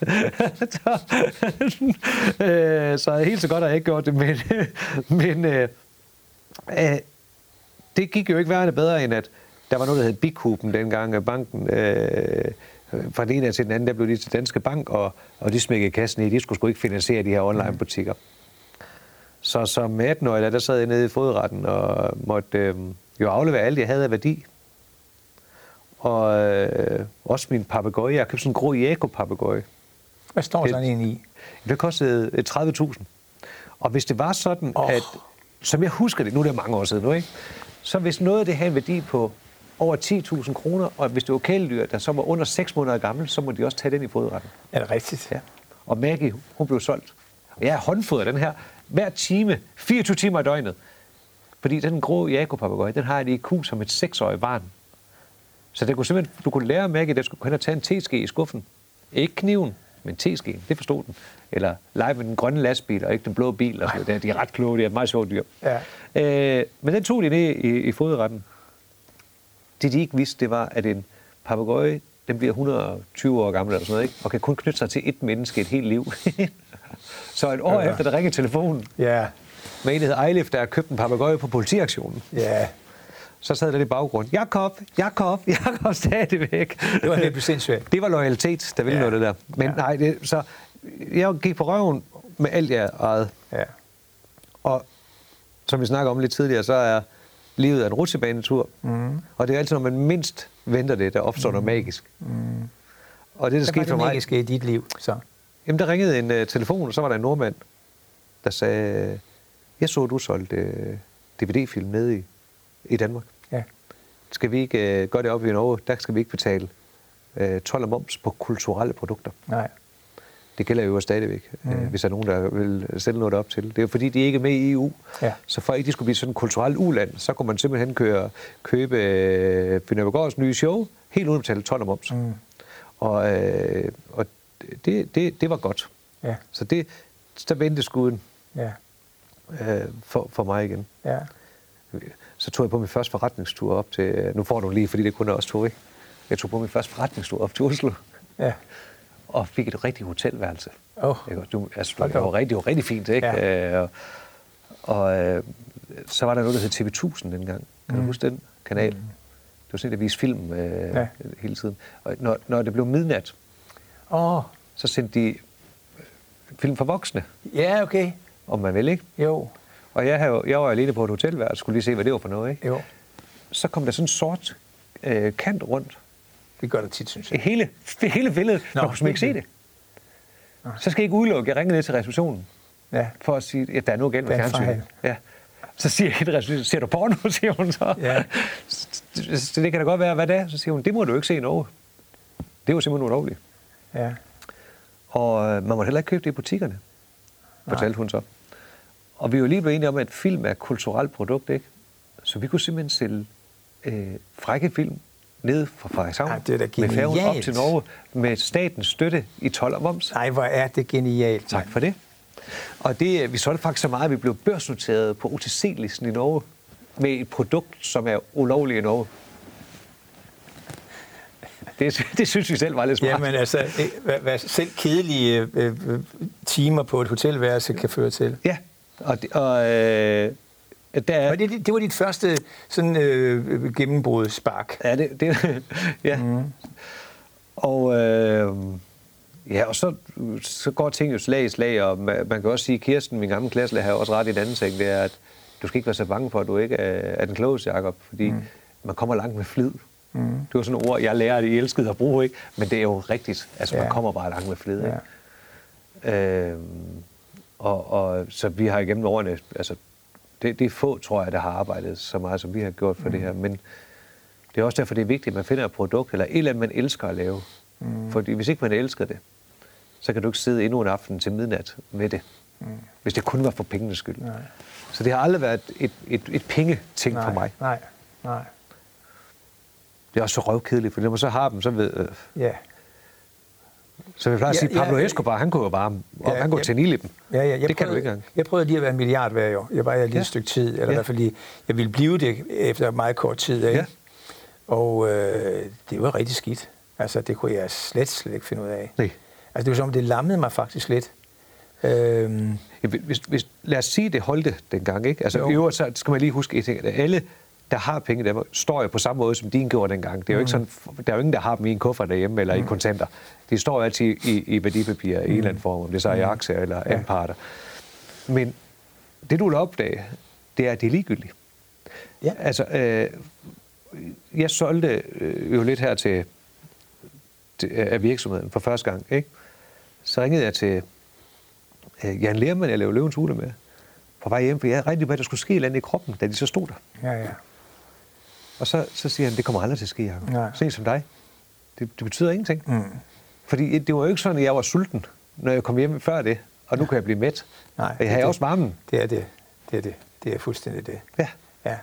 Så helt så godt har jeg ikke gjort det, men det gik jo ikke værende bedre, end at der var noget, der hed Bikuben dengang, banken. Fra den ene til den anden, der blev de til Danske Bank, og de smækkede kassen i. De skulle sgu ikke finansiere de her online-butikker. Så som 18-årig, der sad jeg nede i fodretten og måtte jo aflevere alt, jeg havde af værdi. Og også min papegøje. Jeg købte sådan en grå Jaco-papegøje. Hvad står sådan en i? Det kostede 30.000. Og hvis det var sådan, at, som jeg husker det, nu er det mange år siden nu, ikke? Så hvis noget af det havde en værdi på over 10.000 kroner, og hvis det var kæledyr, der så var under 6 måneder gammel, så må de også tage den i fodretten. Er det rigtigt? Ja. Og Maggie, hun blev solgt. Og jeg har håndfodret den her hver time, 24 timer i døgnet. Fordi den grå Jaco-papegøje, den har et IQ som et 6-årig barn. Så det kunne simpelthen, du kunne lære Maggie, at du skulle hen og tage en teske i skuffen. Ikke kniven, men teskeen. Det forstod den. Eller lege med den grønne lastbil, og ikke den blå bil. Og sådan. De er ret kloge, det er et meget sjovt dyr. Ja. Men den tog de ned i fodretten. Det de ikke vidste, det var, at en papegøje, den bliver 120 år gammel eller sådan noget, ikke? Og kan kun knytte sig til et menneske et helt liv. Så et år efter, der ringede telefonen med en, der hed Eilif, der købte en papegøje på politiaktionen. Ja. Så sad der i baggrund. Jakob stadigvæk. Det var helt sindssygt. Det var loyalitet, der ville noget det der. Men nej, så jeg gik på røven med alt, jeg ejede. Ja. Og som vi snakker om lidt tidligere, så er livet er en rutsjebanetur. Og det er altid, når man mindst venter det, der opstår noget magisk. Og det, der skete for mig... magisk i dit liv, så? Jamen, der ringede en telefon, og så var der en nordmand, der sagde, jeg så, du solgte DVD-film nede i Danmark. Ja. Skal vi ikke gøre det op i Norge? Der skal vi ikke betale told og moms på kulturelle produkter. Nej. Det gælder jo stadigvæk, hvis der er nogen, der vil sælge noget op til. Det er jo fordi, de ikke er med i EU. Ja. Så for ikke de skulle blive sådan en kulturel uland, så kunne man simpelthen købe Fynøbegårds nye show, helt uden at betale told og moms. Og det var godt. Ja. Så der vendte skuden for mig igen. Ja. Så tog jeg på min første forretningstur op til... Nu får du lige, fordi det kun er os to, ikke? Jeg tog på min første forretningstur op til Oslo. Ja. Og fik et rigtigt hotelværelse. Det var rigtig fint, ikke? Ja. Og så var der noget, der hed TV1000 dengang. Kan du huske den kanal? Det var sådan, der viste film hele tiden. Og når det blev midnat, så sendte de film for voksne. Ja, okay. Om man vil, ikke? Jo. Og jeg var alene på et hotelværelse, skulle lige se, hvad det var for noget, ikke? Jo. Så kom der sådan en sort kant rundt. Det gør det tit, synes jeg. Hele billedet, man kunne ikke se det. Så skal jeg ikke udelukke. Jeg ringer ned til receptionen for at sige, at der er noget galt med fjernsynet. Ja. Så siger jeg til receptionen, ser du porno, siger hun så. Ja. Så det kan da godt være, hvad det er. Så siger hun, det må du ikke se i Norge. Det var simpelthen ulovligt. Ja. Og man må heller ikke købe det i butikkerne, fortalte hun så. Og vi var lige blevet enige om, at film er et kulturelt produkt, ikke? Så vi kunne simpelthen sælge frække film ned fra Frederikshavn med færgen op til Norge med statens støtte i told og moms. Nej, hvor er det genialt. Tak for det. Og vi solgte faktisk så meget, at vi blev børsnoteret på OTC-listen i Norge med et produkt, som er ulovligt i Norge. Det synes vi selv var lidt smart. Jamen altså, selv kedelige timer på et hotelværelse kan føre til. Ja, det var dit første sådan gennembrudspark. Ja, ja. Og og så går ting jo slag i slag, og man kan også sige, Kirsten, min gamle klasselærer, har også ret i en anden ting, det er, at du skal ikke være så bange for, at du ikke er den klogeste, Jacob, fordi man kommer langt med flid. Det var sådan nogle ord, jeg lærer, at I elskede at bruge, ikke? Men det er jo rigtigt. Altså, man kommer bare langt med flid, ikke? Og så vi har igennem årene, altså, det er få, tror jeg, der har arbejdet så meget, som vi har gjort for det her, men det er også derfor, det er vigtigt, at man finder et produkt, eller et eller andet, man elsker at lave. Fordi hvis ikke man elsker det, så kan du ikke sidde endnu en aften til midnat med det, hvis det kun var for pengenes skyld. Nej. Så det har aldrig været et pengeting for mig. Nej. Det er også så røvkedeligt, for når man så har dem, så ved... Ja. Så jeg plejer at sige, Pablo Escobar, han kunne jo bare... han kunne tænde ild i dem. Det kan du ikke engang. Jeg prøvede lige at være en milliard hver år. Jeg var lige et stykke tid, eller i hvert fald lige... Jeg ville blive det efter meget kort tid, ikke? Ja. Og det var rigtig skidt. Altså, det kunne jeg slet ikke finde ud af. Nej. Altså, det var som, det lammede mig faktisk lidt. Lad os sige, det holdte dengang, ikke? Altså, i øvrigt, så skal man lige huske, at alle, der har penge der står jo på samme måde, som dine gjorde dengang. Det er jo ikke sådan, der er jo ingen, der har dem i en kuffert derhjemme eller i kontanter. De står jo altid i værdipapirer i en eller anden form, om det så er i aktier eller anparter. Men det, du vil opdage, det er, at det er ligegyldigt. Ja. Altså, jeg solgte jo lidt her til af virksomheden for første gang, ikke? Så ringede jeg til Jan Lerman, jeg lavede Løvens Hule med, på vej hjem, for jeg havde rigtig hvad der skulle ske et eller andet i kroppen, da de så stod der. Ja. Og så siger han, det kommer aldrig til at ske, Jacob. Sådan som dig. Det betyder ingenting. Fordi det var jo ikke sådan, at jeg var sulten, når jeg kom hjem før det, og nu kan jeg blive mæt. Nej, og jeg havde også varmen. Det er det. Det er fuldstændig det. Ja.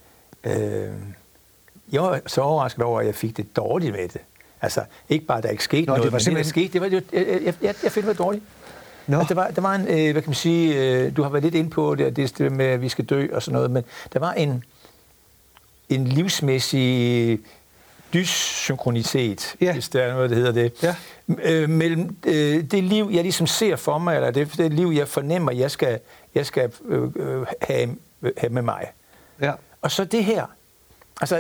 Jeg var så overrasket over, at jeg fik det dårligt med det. Altså, ikke bare, at der ikke skete noget, men det, der skete, det var jo, jeg fik det dårligt. Altså, der var en, hvad kan man sige, du har været lidt inde på det med, at vi skal dø og sådan noget, men der var en livsmæssig dyssynkronitet, hvis der er noget, der hedder det, mellem det liv, jeg ligesom ser for mig, eller det liv, jeg fornemmer, jeg skal have med mig. Ja. Og så det her. Altså,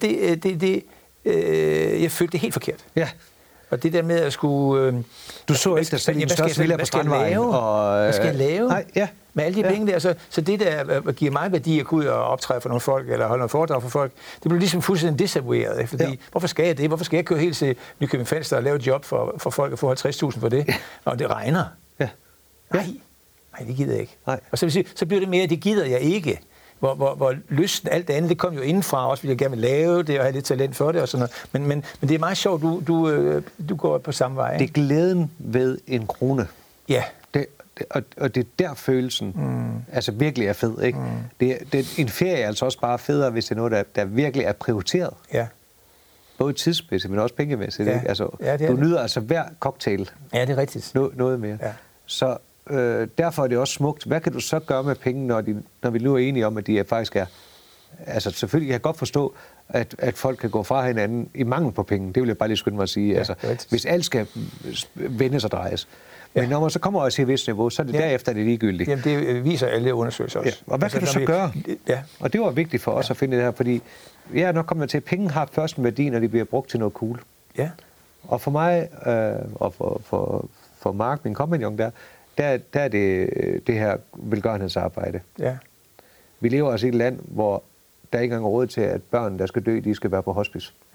jeg følte det helt forkert. Ja. Og det der med at skulle... Du så ikke dig selv i en største villa på Strandvejen. Hvad skal jeg lave? Nej, ja. Med alle de penge der. Så det der giver mig værdi at gå ud og optræde for nogle folk, eller holde noget foredrag for folk, det blev ligesom fuldstændig desavoueret. Fordi, hvorfor skal jeg det? Hvorfor skal jeg køre helt til Nykøbing Falster og lave et job for folk og få 50.000 for det? Og det regner. Ja. Nej, det gider jeg ikke. Nej. Og så bliver det mere, det gider jeg ikke. Hvor lysten, alt det andet, det kom jo indenfra, også fordi jeg gerne vil lave det, og have lidt talent for det og sådan noget. Men det er meget sjovt, du går på samme vej. Det er glæden ved en krone. Ja. Og det er der følelsen altså virkelig er fed, ikke? En ferie er altså også bare federe, hvis det er noget, der virkelig er prioriteret. Ja. Både tidsmæssigt, men også pengemæssigt, ikke? Altså, du nyder altså hver cocktail. Ja, det er rigtigt. Noget mere. Ja. Så derfor er det også smukt. Hvad kan du så gøre med penge, når vi nu er enige om, at de faktisk er... Altså selvfølgelig kan jeg godt forstå, at folk kan gå fra hinanden i mangel på penge. Det vil jeg bare lige skynde mig at sige. Ja, altså, hvis alt skal vendes og drejes. Men når man så kommer også i et vist niveau, så er det derefter, det er ligegyldigt. Jamen, det viser alle undersøgelser også. Ja. Og hvad kan du så gøre? Ja. Og det var vigtigt for os at finde det her, fordi jeg er nok kommet til, at penge har først en værdi, når de bliver brugt til noget cool. Ja. Og for mig, og for Mark, min kompagnon der er det her velgørenhedsarbejde. Ja. Vi lever også i et land, hvor der ikke engang er råd til, at børn, der skal dø, de skal være på hospice. Ja.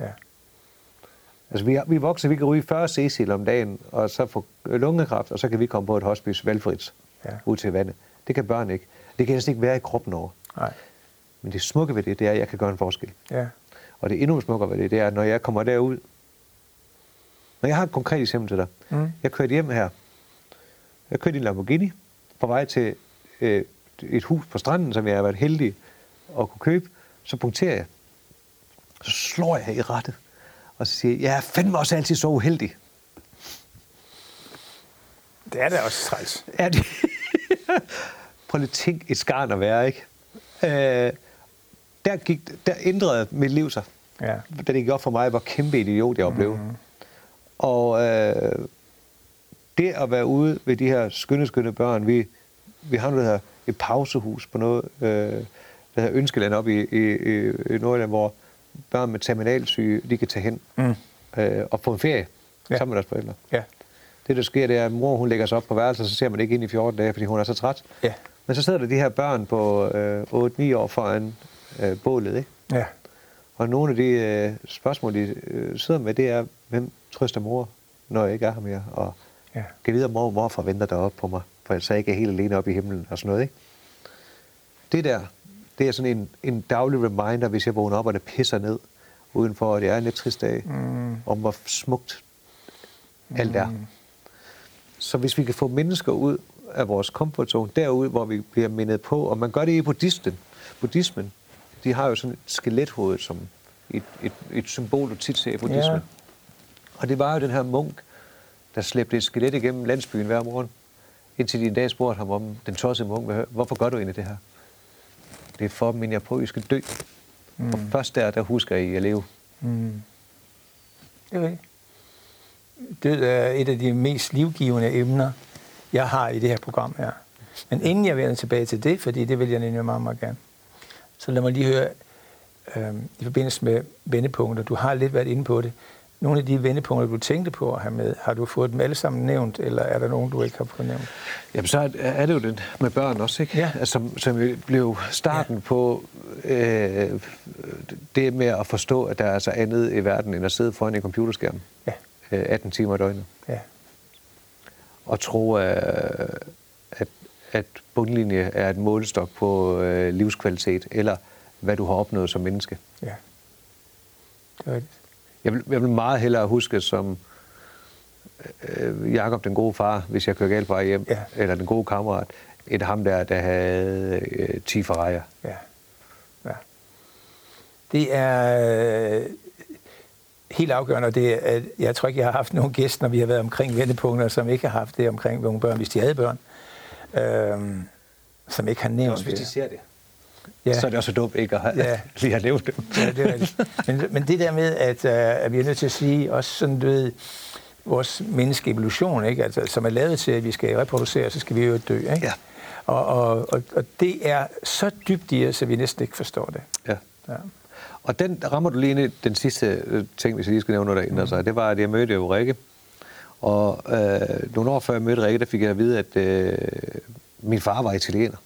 Altså, vi er voksne, vi kan ryge 40 cc om dagen, og så få lungekræft, og så kan vi komme på et hospice valgfrit ud til vandet. Det kan børn ikke. Det kan næsten ikke være i kroppen over. Nej. Men det smukke ved det er, at jeg kan gøre en forskel. Ja. Og det endnu smukkere ved det er, at når jeg kommer derud, når jeg har et konkret eksempel til dig. Jeg kørte hjem her. Jeg kørte i en Lamborghini på vej til et hus på stranden, som jeg har været heldig at kunne købe. Så punkterer jeg. Så slår jeg i rettet. Og så siger jeg, jeg er fandme også altid så uheldig. Det er da også træls. Ja, det... Prøv lige at tænke et skarn at være, ikke? Der ændrede mit liv sig. Ja. Da det gik op for mig, hvor kæmpe idiot jeg blev. Og det at være ude ved de her skønne børn, vi har noget her et pausehus på noget, der hedder Ønskeland oppe i Nordjylland, hvor børn med terminalsyge, de kan tage hen og få en ferie sammen med deres forældre. Ja. Det, der sker, det er, at mor hun lægger sig op på værelset, og så ser man ikke ind i 14 dage, fordi hun er så træt. Ja. Men så sidder der de her børn på 8-9 år foran bålet, ikke? Ja. Og nogle af de spørgsmål, de sidder med, det er, hvem trøster mor, når jeg ikke er her mere? Og kan vide, hvorfor venter der op på mig, for jeg så ikke er helt alene op i himlen og sådan noget, ikke? Det der, det er sådan en daglig reminder, hvis jeg vågner op, og det pisser ned udenfor, og det er en lidt trist dag, om hvor smukt alt er. Så hvis vi kan få mennesker ud af vores comfort zone, derud, hvor vi bliver mindet på, og man gør det i buddhismen, de har jo sådan et skelethoved som et symbol, du tit ser i buddhismen. Ja. Og det var jo den her munk, der slæbte et skelet igennem landsbyen hver morgen, indtil de en dag spurgte ham om den tossede munk, hvorfor gør du egentlig det her? Det er for, men jeg på, at I skal dø. Og først der husker I at leve. Det er rigtigt. Død er et af de mest livgivende emner, jeg har i det her program her. Men inden jeg vender tilbage til det, fordi det vil jeg nemlig meget, meget gerne, så lad mig lige høre, i forbindelse med vendepunkter, du har lidt været inde på det, nogle af de vendepunkter, du tænkte på at have med, har du fået dem alle sammen nævnt, eller er der nogen, du ikke har fået nævnt? Jamen, så er det jo det med børn også, ikke? Ja. Altså, som blev starten på det med at forstå, at der er altså andet i verden, end at sidde foran en computerskærm 18 timer i døgnet. Ja. Og tro, at bundlinje er et målestok på livskvalitet, eller hvad du har opnået som menneske. Ja, det er rigtigt. Jeg vil meget hellere huske som Jakob, den gode far, hvis jeg kører galt på vej hjem, eller den gode kammerat, end ham der havde 10 Ferrari'er. Ja. Ja. Det er helt afgørende, og det er, jeg tror ikke, jeg har haft nogen gæster, når vi har været omkring vendepunkter, som ikke har haft det omkring nogle børn, hvis de havde børn, som ikke har nævnt også, hvis de ser det. Ja. Så er det også dumt ikke at lige have levet dem. Ja, det er rigtigt. Men det der med, at vi er nødt til at sige, også sådan, du ved, vores menneskeevolution, ikke? Altså, som er lavet til, at vi skal reproducere, så skal vi jo dø, ikke? Ja. Og det er så dybt i os, at vi næsten ikke forstår det. Ja. Ja. Og den rammer du lige ind i den sidste ting, hvis jeg lige skal nævne noget, der ændrer sig. Det var, at jeg mødte jo Rikke. Og nogle år før jeg mødte Rikke, der fik jeg at vide, at min far var italiener.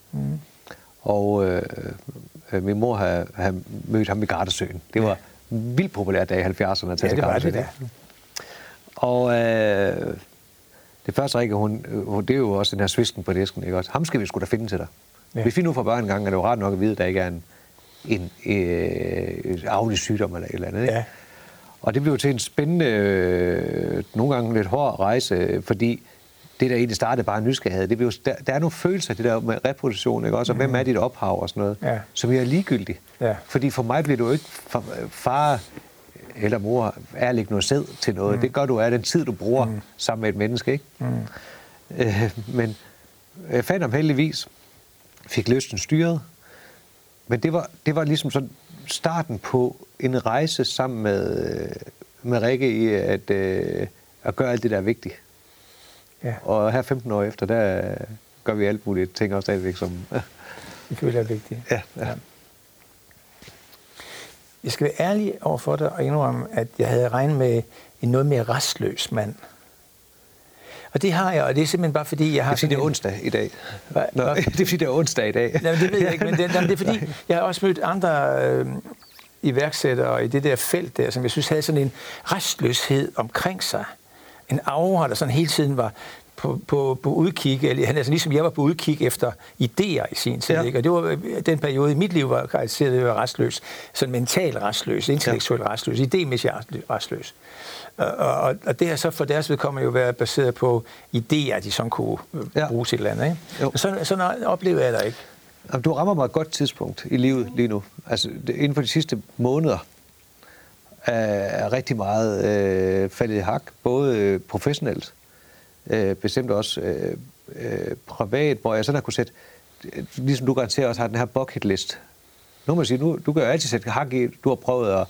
Og min mor havde mødt ham i Gardasøen. Det var vildt populært der i 70'erne at tage til Gardasøen. Det. Og det første Rikke, hun, det er jo også den her svisken på disken, ikke også? Ham skal vi sgu da finde til dig. Ja. Hvis vi nu får børn en gang, er det jo ret nok at vide, at der ikke er en arvelig sygdom eller et eller andet. Ikke? Ja. Og det blev jo til en spændende, nogle gange lidt hård rejse, fordi det der egentlig startede bare nysgerrighed. Det blev, der er nogle følelser, det der med reproduktion, ikke også? Og hvem er dit ophav og sådan noget, som er ligegyldigt. Ja. Fordi for mig bliver du ikke far eller mor ærligt noget sæd til noget. Det gør du af den tid, du bruger sammen med et menneske, ikke? Men jeg fandt ham heldigvis, fik lysten styret. Men det var ligesom sådan starten på en rejse sammen med Rikke i at gøre alt det, der er vigtigt. Ja. Og her 15 år efter, der gør vi alt muligt ting også stadigvæk, som vi føler er vigtigt. Ja. Jeg skal være ærlig over for dig og indrømme, at jeg havde regnet med en noget mere restløs mand. Og det har jeg, og det er simpelthen bare fordi, jeg har... Det er fordi, det er onsdag i dag. Det er fordi, det er onsdag i dag. Jamen, det ved jeg ikke, men det er fordi, jeg har også mødt andre iværksættere i det der felt der, som jeg synes havde sådan en restløshed omkring sig. En aura, der sådan hele tiden var på udkig, eller altså ligesom jeg var på udkig efter idéer i sin tid, ikke? Og det var den periode i mit liv, var karakteriseret ved at være restløs, sådan mental restløs, intellektuel restløs, idémæssig restløs. Og det har så for deres vedkommende jo været baseret på idéer, de sådan kunne bruge til et eller andet, ikke? Sådan oplever jeg det ikke. Jamen, du rammer mig et godt tidspunkt i livet lige nu. Altså, inden for de sidste måneder er rigtig meget faldet i hak, både professionelt, bestemt også privat, hvor jeg sådan har kunne sætte, ligesom du garanteret også har den her bucket list. Nu må jeg sige, du kan jo altid sætte hak i, du har prøvet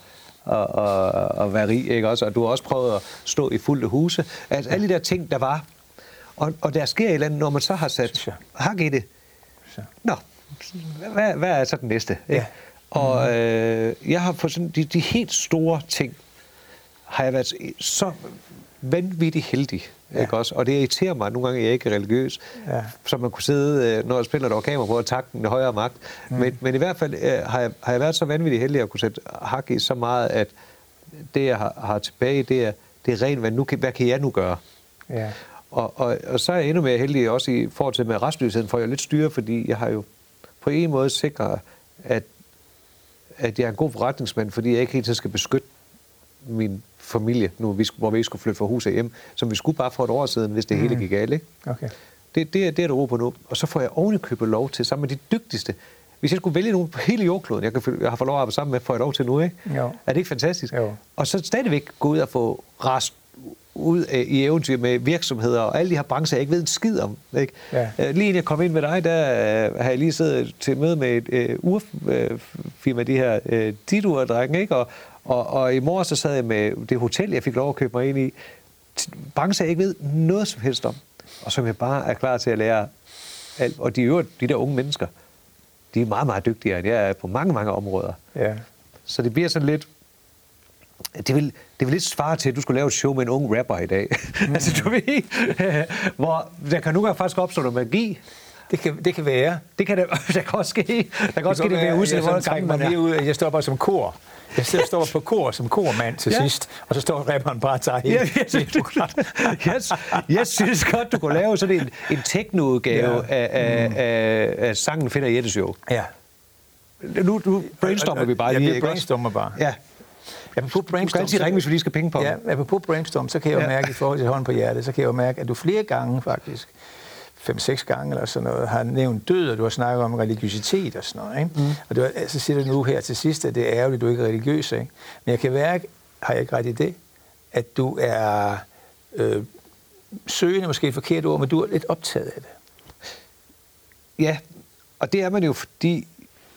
at være rig, ikke også? Og du har også prøvet at stå i fulde huse. Altså alle de der ting, der var. Og der sker et eller andet, når man så har sat hak i det. Nå, hvad er så den næste? Ikke? Og jeg har fået sådan de helt store ting, har jeg været så vanvittigt heldig. Ikke også? Og det irriterer mig nogle gange, at jeg ikke er religiøs. Så man kunne sidde, når jeg spiller, der var kamera på, og takke den højere magt. Men i hvert fald har jeg været så vanvittigt heldig at kunne sætte hak i så meget, at det, jeg har tilbage, det er rent, hvad kan jeg nu gøre? Ja. Og så er jeg endnu mere heldig også i forhold til med restløsheden, for jeg lidt styre, fordi jeg har jo på en måde sikret, at jeg er en god forretningsmand, fordi jeg ikke helt skal beskytte min familie, nu, hvor vi skulle flytte fra huset hjem, som vi skulle bare for et år siden, hvis det hele gik galt. Ikke? Okay. Det er der ro på nu. Og så får jeg ovenikøbet lov til, sammen med de dygtigste. Hvis jeg skulle vælge nogen på hele jordkloden, jeg har fået lov at arbejde sammen med, får jeg lov til nu, ikke? Jo. Er det ikke fantastisk? Jo. Og så stadigvæk gå ud og få rast ud i eventyr med virksomheder og alle de her brancher, jeg ikke ved en skid om. Ikke? Ja. Lige inden jeg kom ind med dig, der har jeg lige siddet til møde med et urfirma, de her Didur-drenge, ikke? Og i morgen så sad jeg med det hotel, jeg fik lov at købe mig ind i. Brancher, jeg ikke ved noget som helst om, og som jeg bare er klar til at lære alt. Og de der unge mennesker, de er meget, meget dygtigere, end jeg er på mange, mange områder. Ja. Så det bliver sådan lidt... Det vil lidt svare til, at du skulle lave et show med en ung rapper i dag. Altså, du ved, hvor der kan nu gange faktisk opstå noget magi. Det kan være. Det kan der kan også ske. Der kan også ske det med udsætte, hvor gammel man er. Jeg står bare som kor. Jeg står på kor som kormand til sidst, og så står rapperen bare og tager helt. Jeg synes godt, du kunne lave sådan en techno-udgave af sangen Finder Jette Show. Ja. Nu brainstormer vi bare lige. Ja, vi brainstormer bare. Ja. Du kan altid ringe, hvis vi lige skal penge på. Ja, apropos brainstorm, så kan jeg jo mærke, i forhold til hånden på hjertet, så kan jeg jo mærke, at du flere gange faktisk, 5-6 gange eller sådan noget, har nævnt død, og du har snakket om religiøsitet og sådan noget. Ikke? Og så siger du nu her til sidst, at det er ærgerligt, at du ikke er religiøs. Ikke? Men jeg kan mærke, har jeg ikke ret i det, at du er søgende, måske et forkert ord, men du er lidt optaget af det. Ja, og det er man jo, fordi...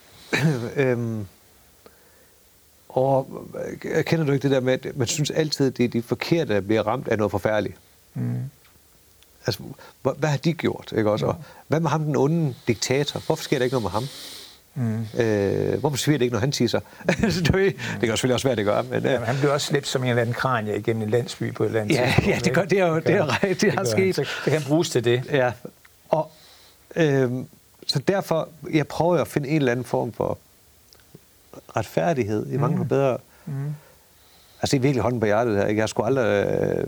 Og kender du ikke det der med, at man synes altid, at det er de forkerte, der bliver ramt af noget forfærdeligt? Altså, hvad har de gjort? Ikke også? Og hvad med ham, den onde diktator? Hvorfor sker der ikke noget med ham? Hvorfor sviger det ikke, når han tisser? Det kan selvfølgelig også være, det gør. Men, han blev også slæbt som en eller anden kranje igennem en landsby på et eller andet tidspunkt. Ja, det gør det er jo rigtigt. Det har sket. Så kan han bruges til det. Ja. Og så derfor, jeg prøver at finde en eller anden form for retfærdighed i mange bedre. Altså, det er virkelig hånden på hjertet her. Jeg har sgu aldrig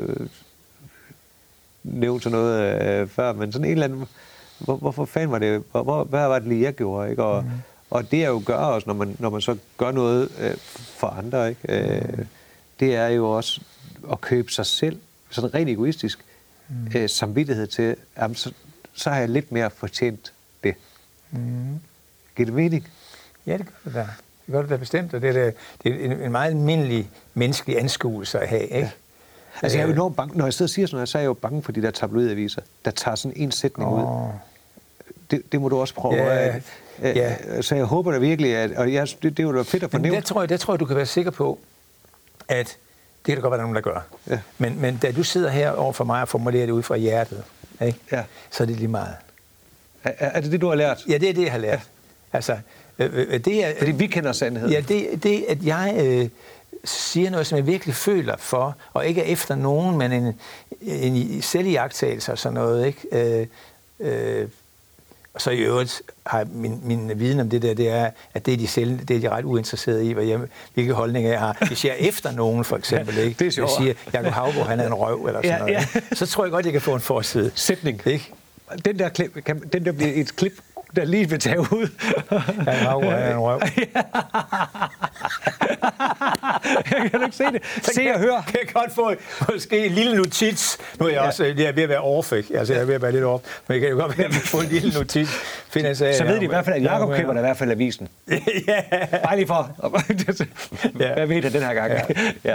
nævnt sådan noget før, men sådan en eller anden... Hvorfor fanden var det? Hvad var det lige, jeg gjorde? Ikke? Og det er jo gør også, når man så gør noget for andre, ikke? Det er jo også at købe sig selv, sådan rent egoistisk, samvittighed til, jamen, så har jeg lidt mere fortjent det. Giver det mening? Ja, det gør det da. Det gør det da bestemt, og det er en meget almindelig menneskelig anskuelse at have, ikke? Ja. Altså, jeg er jo enormt bange. Når jeg sidder og siger sådan noget, så er jeg jo bange for de der tabloidaviser, der tager sådan en sætning ud. Det må du også prøve. Ja. Så jeg håber da virkelig, at... Og det er jo da fedt at fornævne. Der tror jeg, du kan være sikker på, at det kan da godt være, der er nogen, der gør. Ja. Men da du sidder her over for mig og formulerer det ud fra hjertet, ikke? Ja. Så er det lige meget. Er det det, du har lært? Ja, det er det, jeg har lært. Ja. Altså, det er... Fordi vi kender sandheden. Ja, det at jeg... siger noget, som jeg virkelig føler for, og ikke er efter nogen, men en selviagtagelse og sådan noget, ikke? Og så i øvrigt har min viden om det der, det er, at det er de ret uinteresserede i, hvilke holdninger jeg har. Hvis jeg er efter nogen, for eksempel, ikke? Det er sjovt. Jeg siger, Jacob Haugaard, han er en røv, eller sådan noget, ikke? Så tror jeg godt, jeg kan få en forside. Sætning. Ikke? Den der bliver et klip, der lige vil tage ud. Jacob Haugaard, han er en røv. Jeg kan ikke se det. Se og høre. Kan jeg godt få måske en lille notits. Nu er jeg også jeg er ved at være off, ikke? Altså, jeg er ved at være lidt off. Men jeg kan jo godt være få en lille notits. Så ved de i hvert fald, at Jacob køber der i hvert fald avisen. Ja. Bare lige for. Hvad ved jeg den her gang? Ja.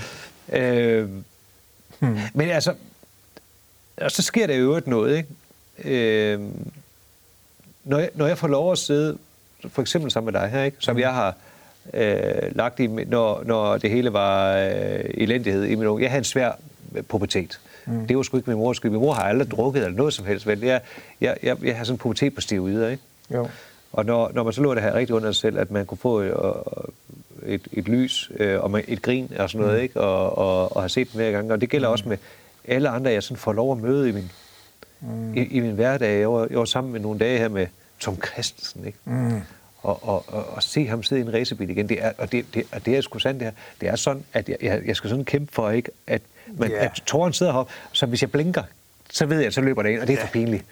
Men altså, og så sker der jo øvrigt noget, ikke? Når jeg får lov at sidde, for eksempel sammen med dig her, ikke? Som jeg har lagt i, når det hele var elendighed i min unge. Jeg havde en svær pubertet. Det var sgu ikke min mors skyld. Min mor har aldrig drukket eller noget som helst. Jeg har sådan en pubertet på steroider, ikke? Jo. Og når man så lå det her rigtig under sig selv, at man kunne få et lys og et grin og sådan noget, ikke? Og have set den hver gang. Og det gælder også med alle andre, jeg sådan får lov at møde i min hverdag. Jeg var sammen med nogle dage her med Tom Christensen, ikke? Og se ham sidde i en racerbil igen, det er sgu sandt det her. Det er sådan, at jeg skal sådan kæmpe for, ikke, at tåren sidder heroppe, så hvis jeg blinker, så ved jeg, at så løber det ind, og det er for pinligt.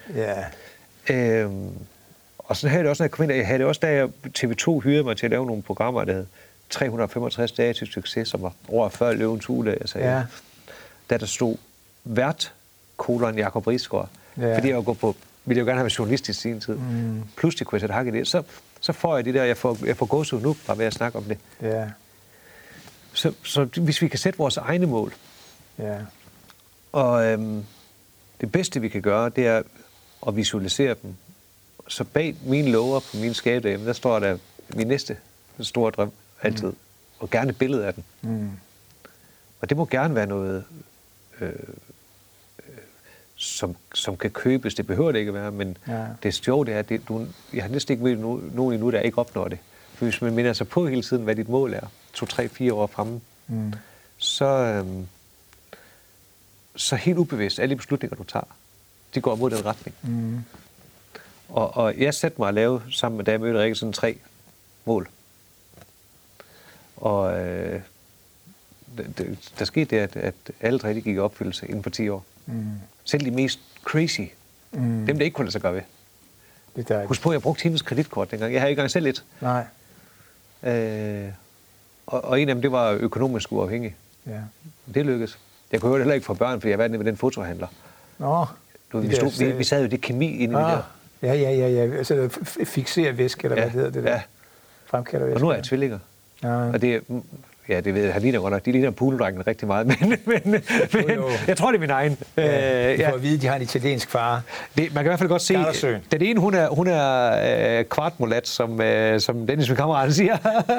Og sådan havde det også, når jeg kom ind, jeg havde det også, da TV2 hyrede mig til at lave nogle programmer, der hed 365 dage til succes, som var over før Løvens Hule, altså, da der stod vært, Jakob Risgaard, fordi jeg ville jo gerne have været journalist i sin tid. Pludselig kunne jeg sætte hak i det. Så får jeg det der, jeg får gåsehud nu, bare ved at snakke om det. Ja. Så hvis vi kan sætte vores egne mål, og det bedste, vi kan gøre, det er at visualisere dem. Så bag mine lover på mine skabedage, der står der min næste store drøm altid, og gerne et billede af den. Og det må gerne være noget, som kan købes. Det behøver det ikke at være, men det sjove det er, at jeg har næsten ikke mødt nogen endnu, der ikke opnår det. For hvis man minder sig på hele tiden, hvad dit mål er, 2, 3, 4 år fremme, så helt ubevidst, alle de beslutninger, du tager, de går mod den retning. Og jeg satte mig at lave, sammen med da jeg mødte Rikke, sådan 3 mål. Og der skete det, at alle 3 gik i opfyldelse inden for 10 år. Selv de mest crazy. Dem, der ikke kunne lade sig gøre ved. Husk på, at jeg brugte hendes kreditkort dengang. Jeg havde ikke engang selv et. Nej. Og en af dem, det var økonomisk uafhængig. Ja. Det lykkedes. Jeg kunne jo heller ikke få børn, fordi jeg var med den fotohandler. Nå. Vi sad jo det kemi inde i det der. Ja. Altså fixere væske, eller hvad hedder det der? Ja. Fremkalder væske. Og nu er jeg tvillinger. Og det det ved jeg, han ligner godt nok. De ligner pooldrengen rigtig meget, men jeg tror, det er min egen. De får at vide, at de har en italiensk far. Man kan i hvert fald godt se, den ene, hun er kvartmolat, som Dennis, min kammerat, siger.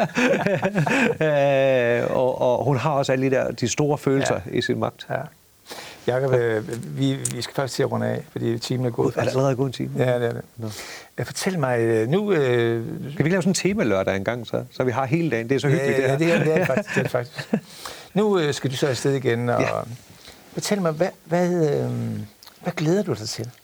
og hun har også alle de store følelser i sin magt. Ja. Jakob, vi skal faktisk til at runde af, fordi timen er gået. Er det allerede gået en time? Ja, det er det. Fortæl mig nu... Kan vi lave sådan en temalørdag en gang, så vi har hele dagen? Det er så hyggeligt, det her. Ja, det er det faktisk. Nu skal du så afsted igen, og fortæl mig, hvad glæder du dig til?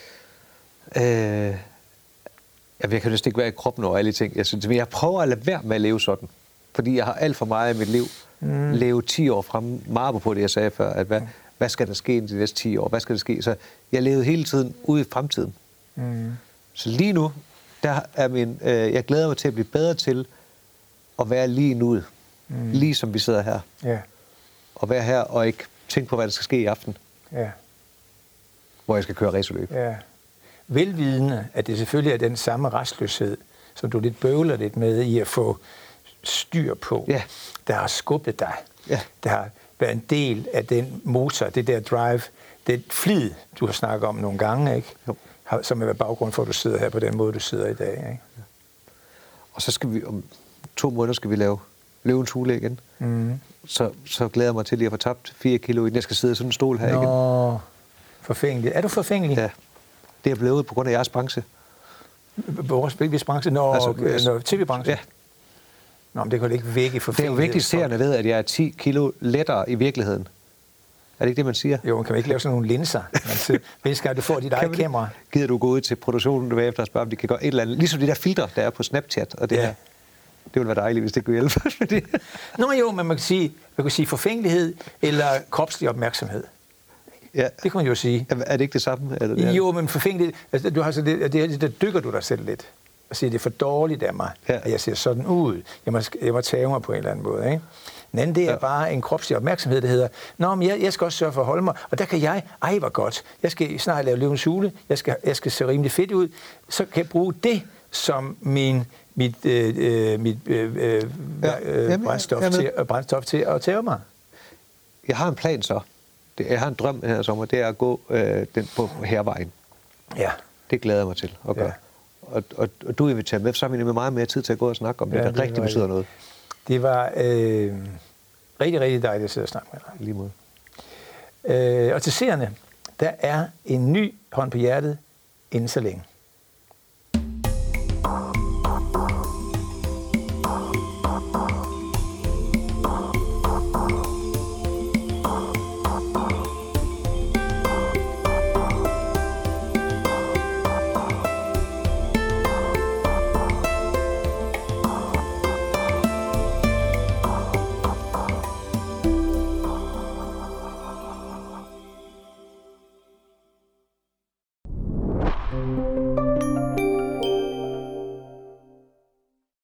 Jeg kan næsten ikke være i kroppen over alle ting. Jeg prøver at lade være med at leve sådan, fordi jeg har alt for meget i mit liv. Leve 10 år frem, meget på det, jeg sagde før, at hvad skal der ske i de næste 10 år? Hvad skal der ske? Så jeg levede hele tiden ude i fremtiden. Så lige nu, der er jeg glæder mig til at blive bedre til at være lige nu. Lige som vi sidder her. Ja. Og være her og ikke tænke på, hvad der skal ske i aften. Ja. Hvor jeg skal køre racerløb. Ja. Velvidende, at det selvfølgelig er den samme restløshed, som du lidt bøvler lidt med i at få styr på, der har skubbet dig. Ja. Der har været en del af den motor, det der drive, det flid, du har snakket om nogle gange, ikke? Jo. Som er baggrund for, at du sidder her på den måde, du sidder i dag. Ikke? Ja. Og så skal vi om 2 måneder skal vi lave Løvens Hule igen. Så glæder jeg mig til lige at få tabt 4 kilo, inden jeg skal sidde i sådan en stol her igen. Forfængelig. Er du forfængelig? Ja. Det er blevet på grund af jeres branche. Vores branche? TV-branche? Ja. Nå, men det kan jo ikke vække forfængelighed. Det er jo vigtigt, seerne ved, at jeg er 10 kilo lettere i virkeligheden. Er det ikke det, man siger? Jo, man kan ikke lave sådan nogle linser. Hvis du får dit eget kamera. Gider du gå ud til produktionen bagefter og spørge, om de kan gøre et eller andet? Ligesom de der filtre, der er på Snapchat. Og det her. Det ville være dejligt, hvis det kunne hjælpe os med det. Nå jo, men man kan sige forfængelighed eller kropslig opmærksomhed. Ja. Det kan man jo sige. Er det ikke det samme? Eller det jo, men forfængelighed... Altså, du har så der dykker du dig selv lidt. Og siger, det er for dårligt af mig, at jeg ser sådan ud. Jeg må tage mig på en eller anden måde, ikke? Den anden, det er bare en kropslig opmærksomhed, der hedder, nå, men jeg skal også sørge for at holde mig, og der kan hvor godt, jeg skal snart lave Løvens Hule, jeg skal se rimelig fedt ud, så kan jeg bruge det som mit brændstof til at tæve mig. Jeg har en plan så. Jeg har en drøm den her sommer, det er at gå den på Hærvejen. Ja. Det glæder jeg mig til at gøre. og du er inviteret med, så har vi nemlig meget mere tid til at gå og snakke om det, der rigtig betyder noget. Det var rigtig, rigtig dejligt at sidde og snakke med dig. Lige måde. Og til seerne, der er en ny hånd på hjertet inden så længe.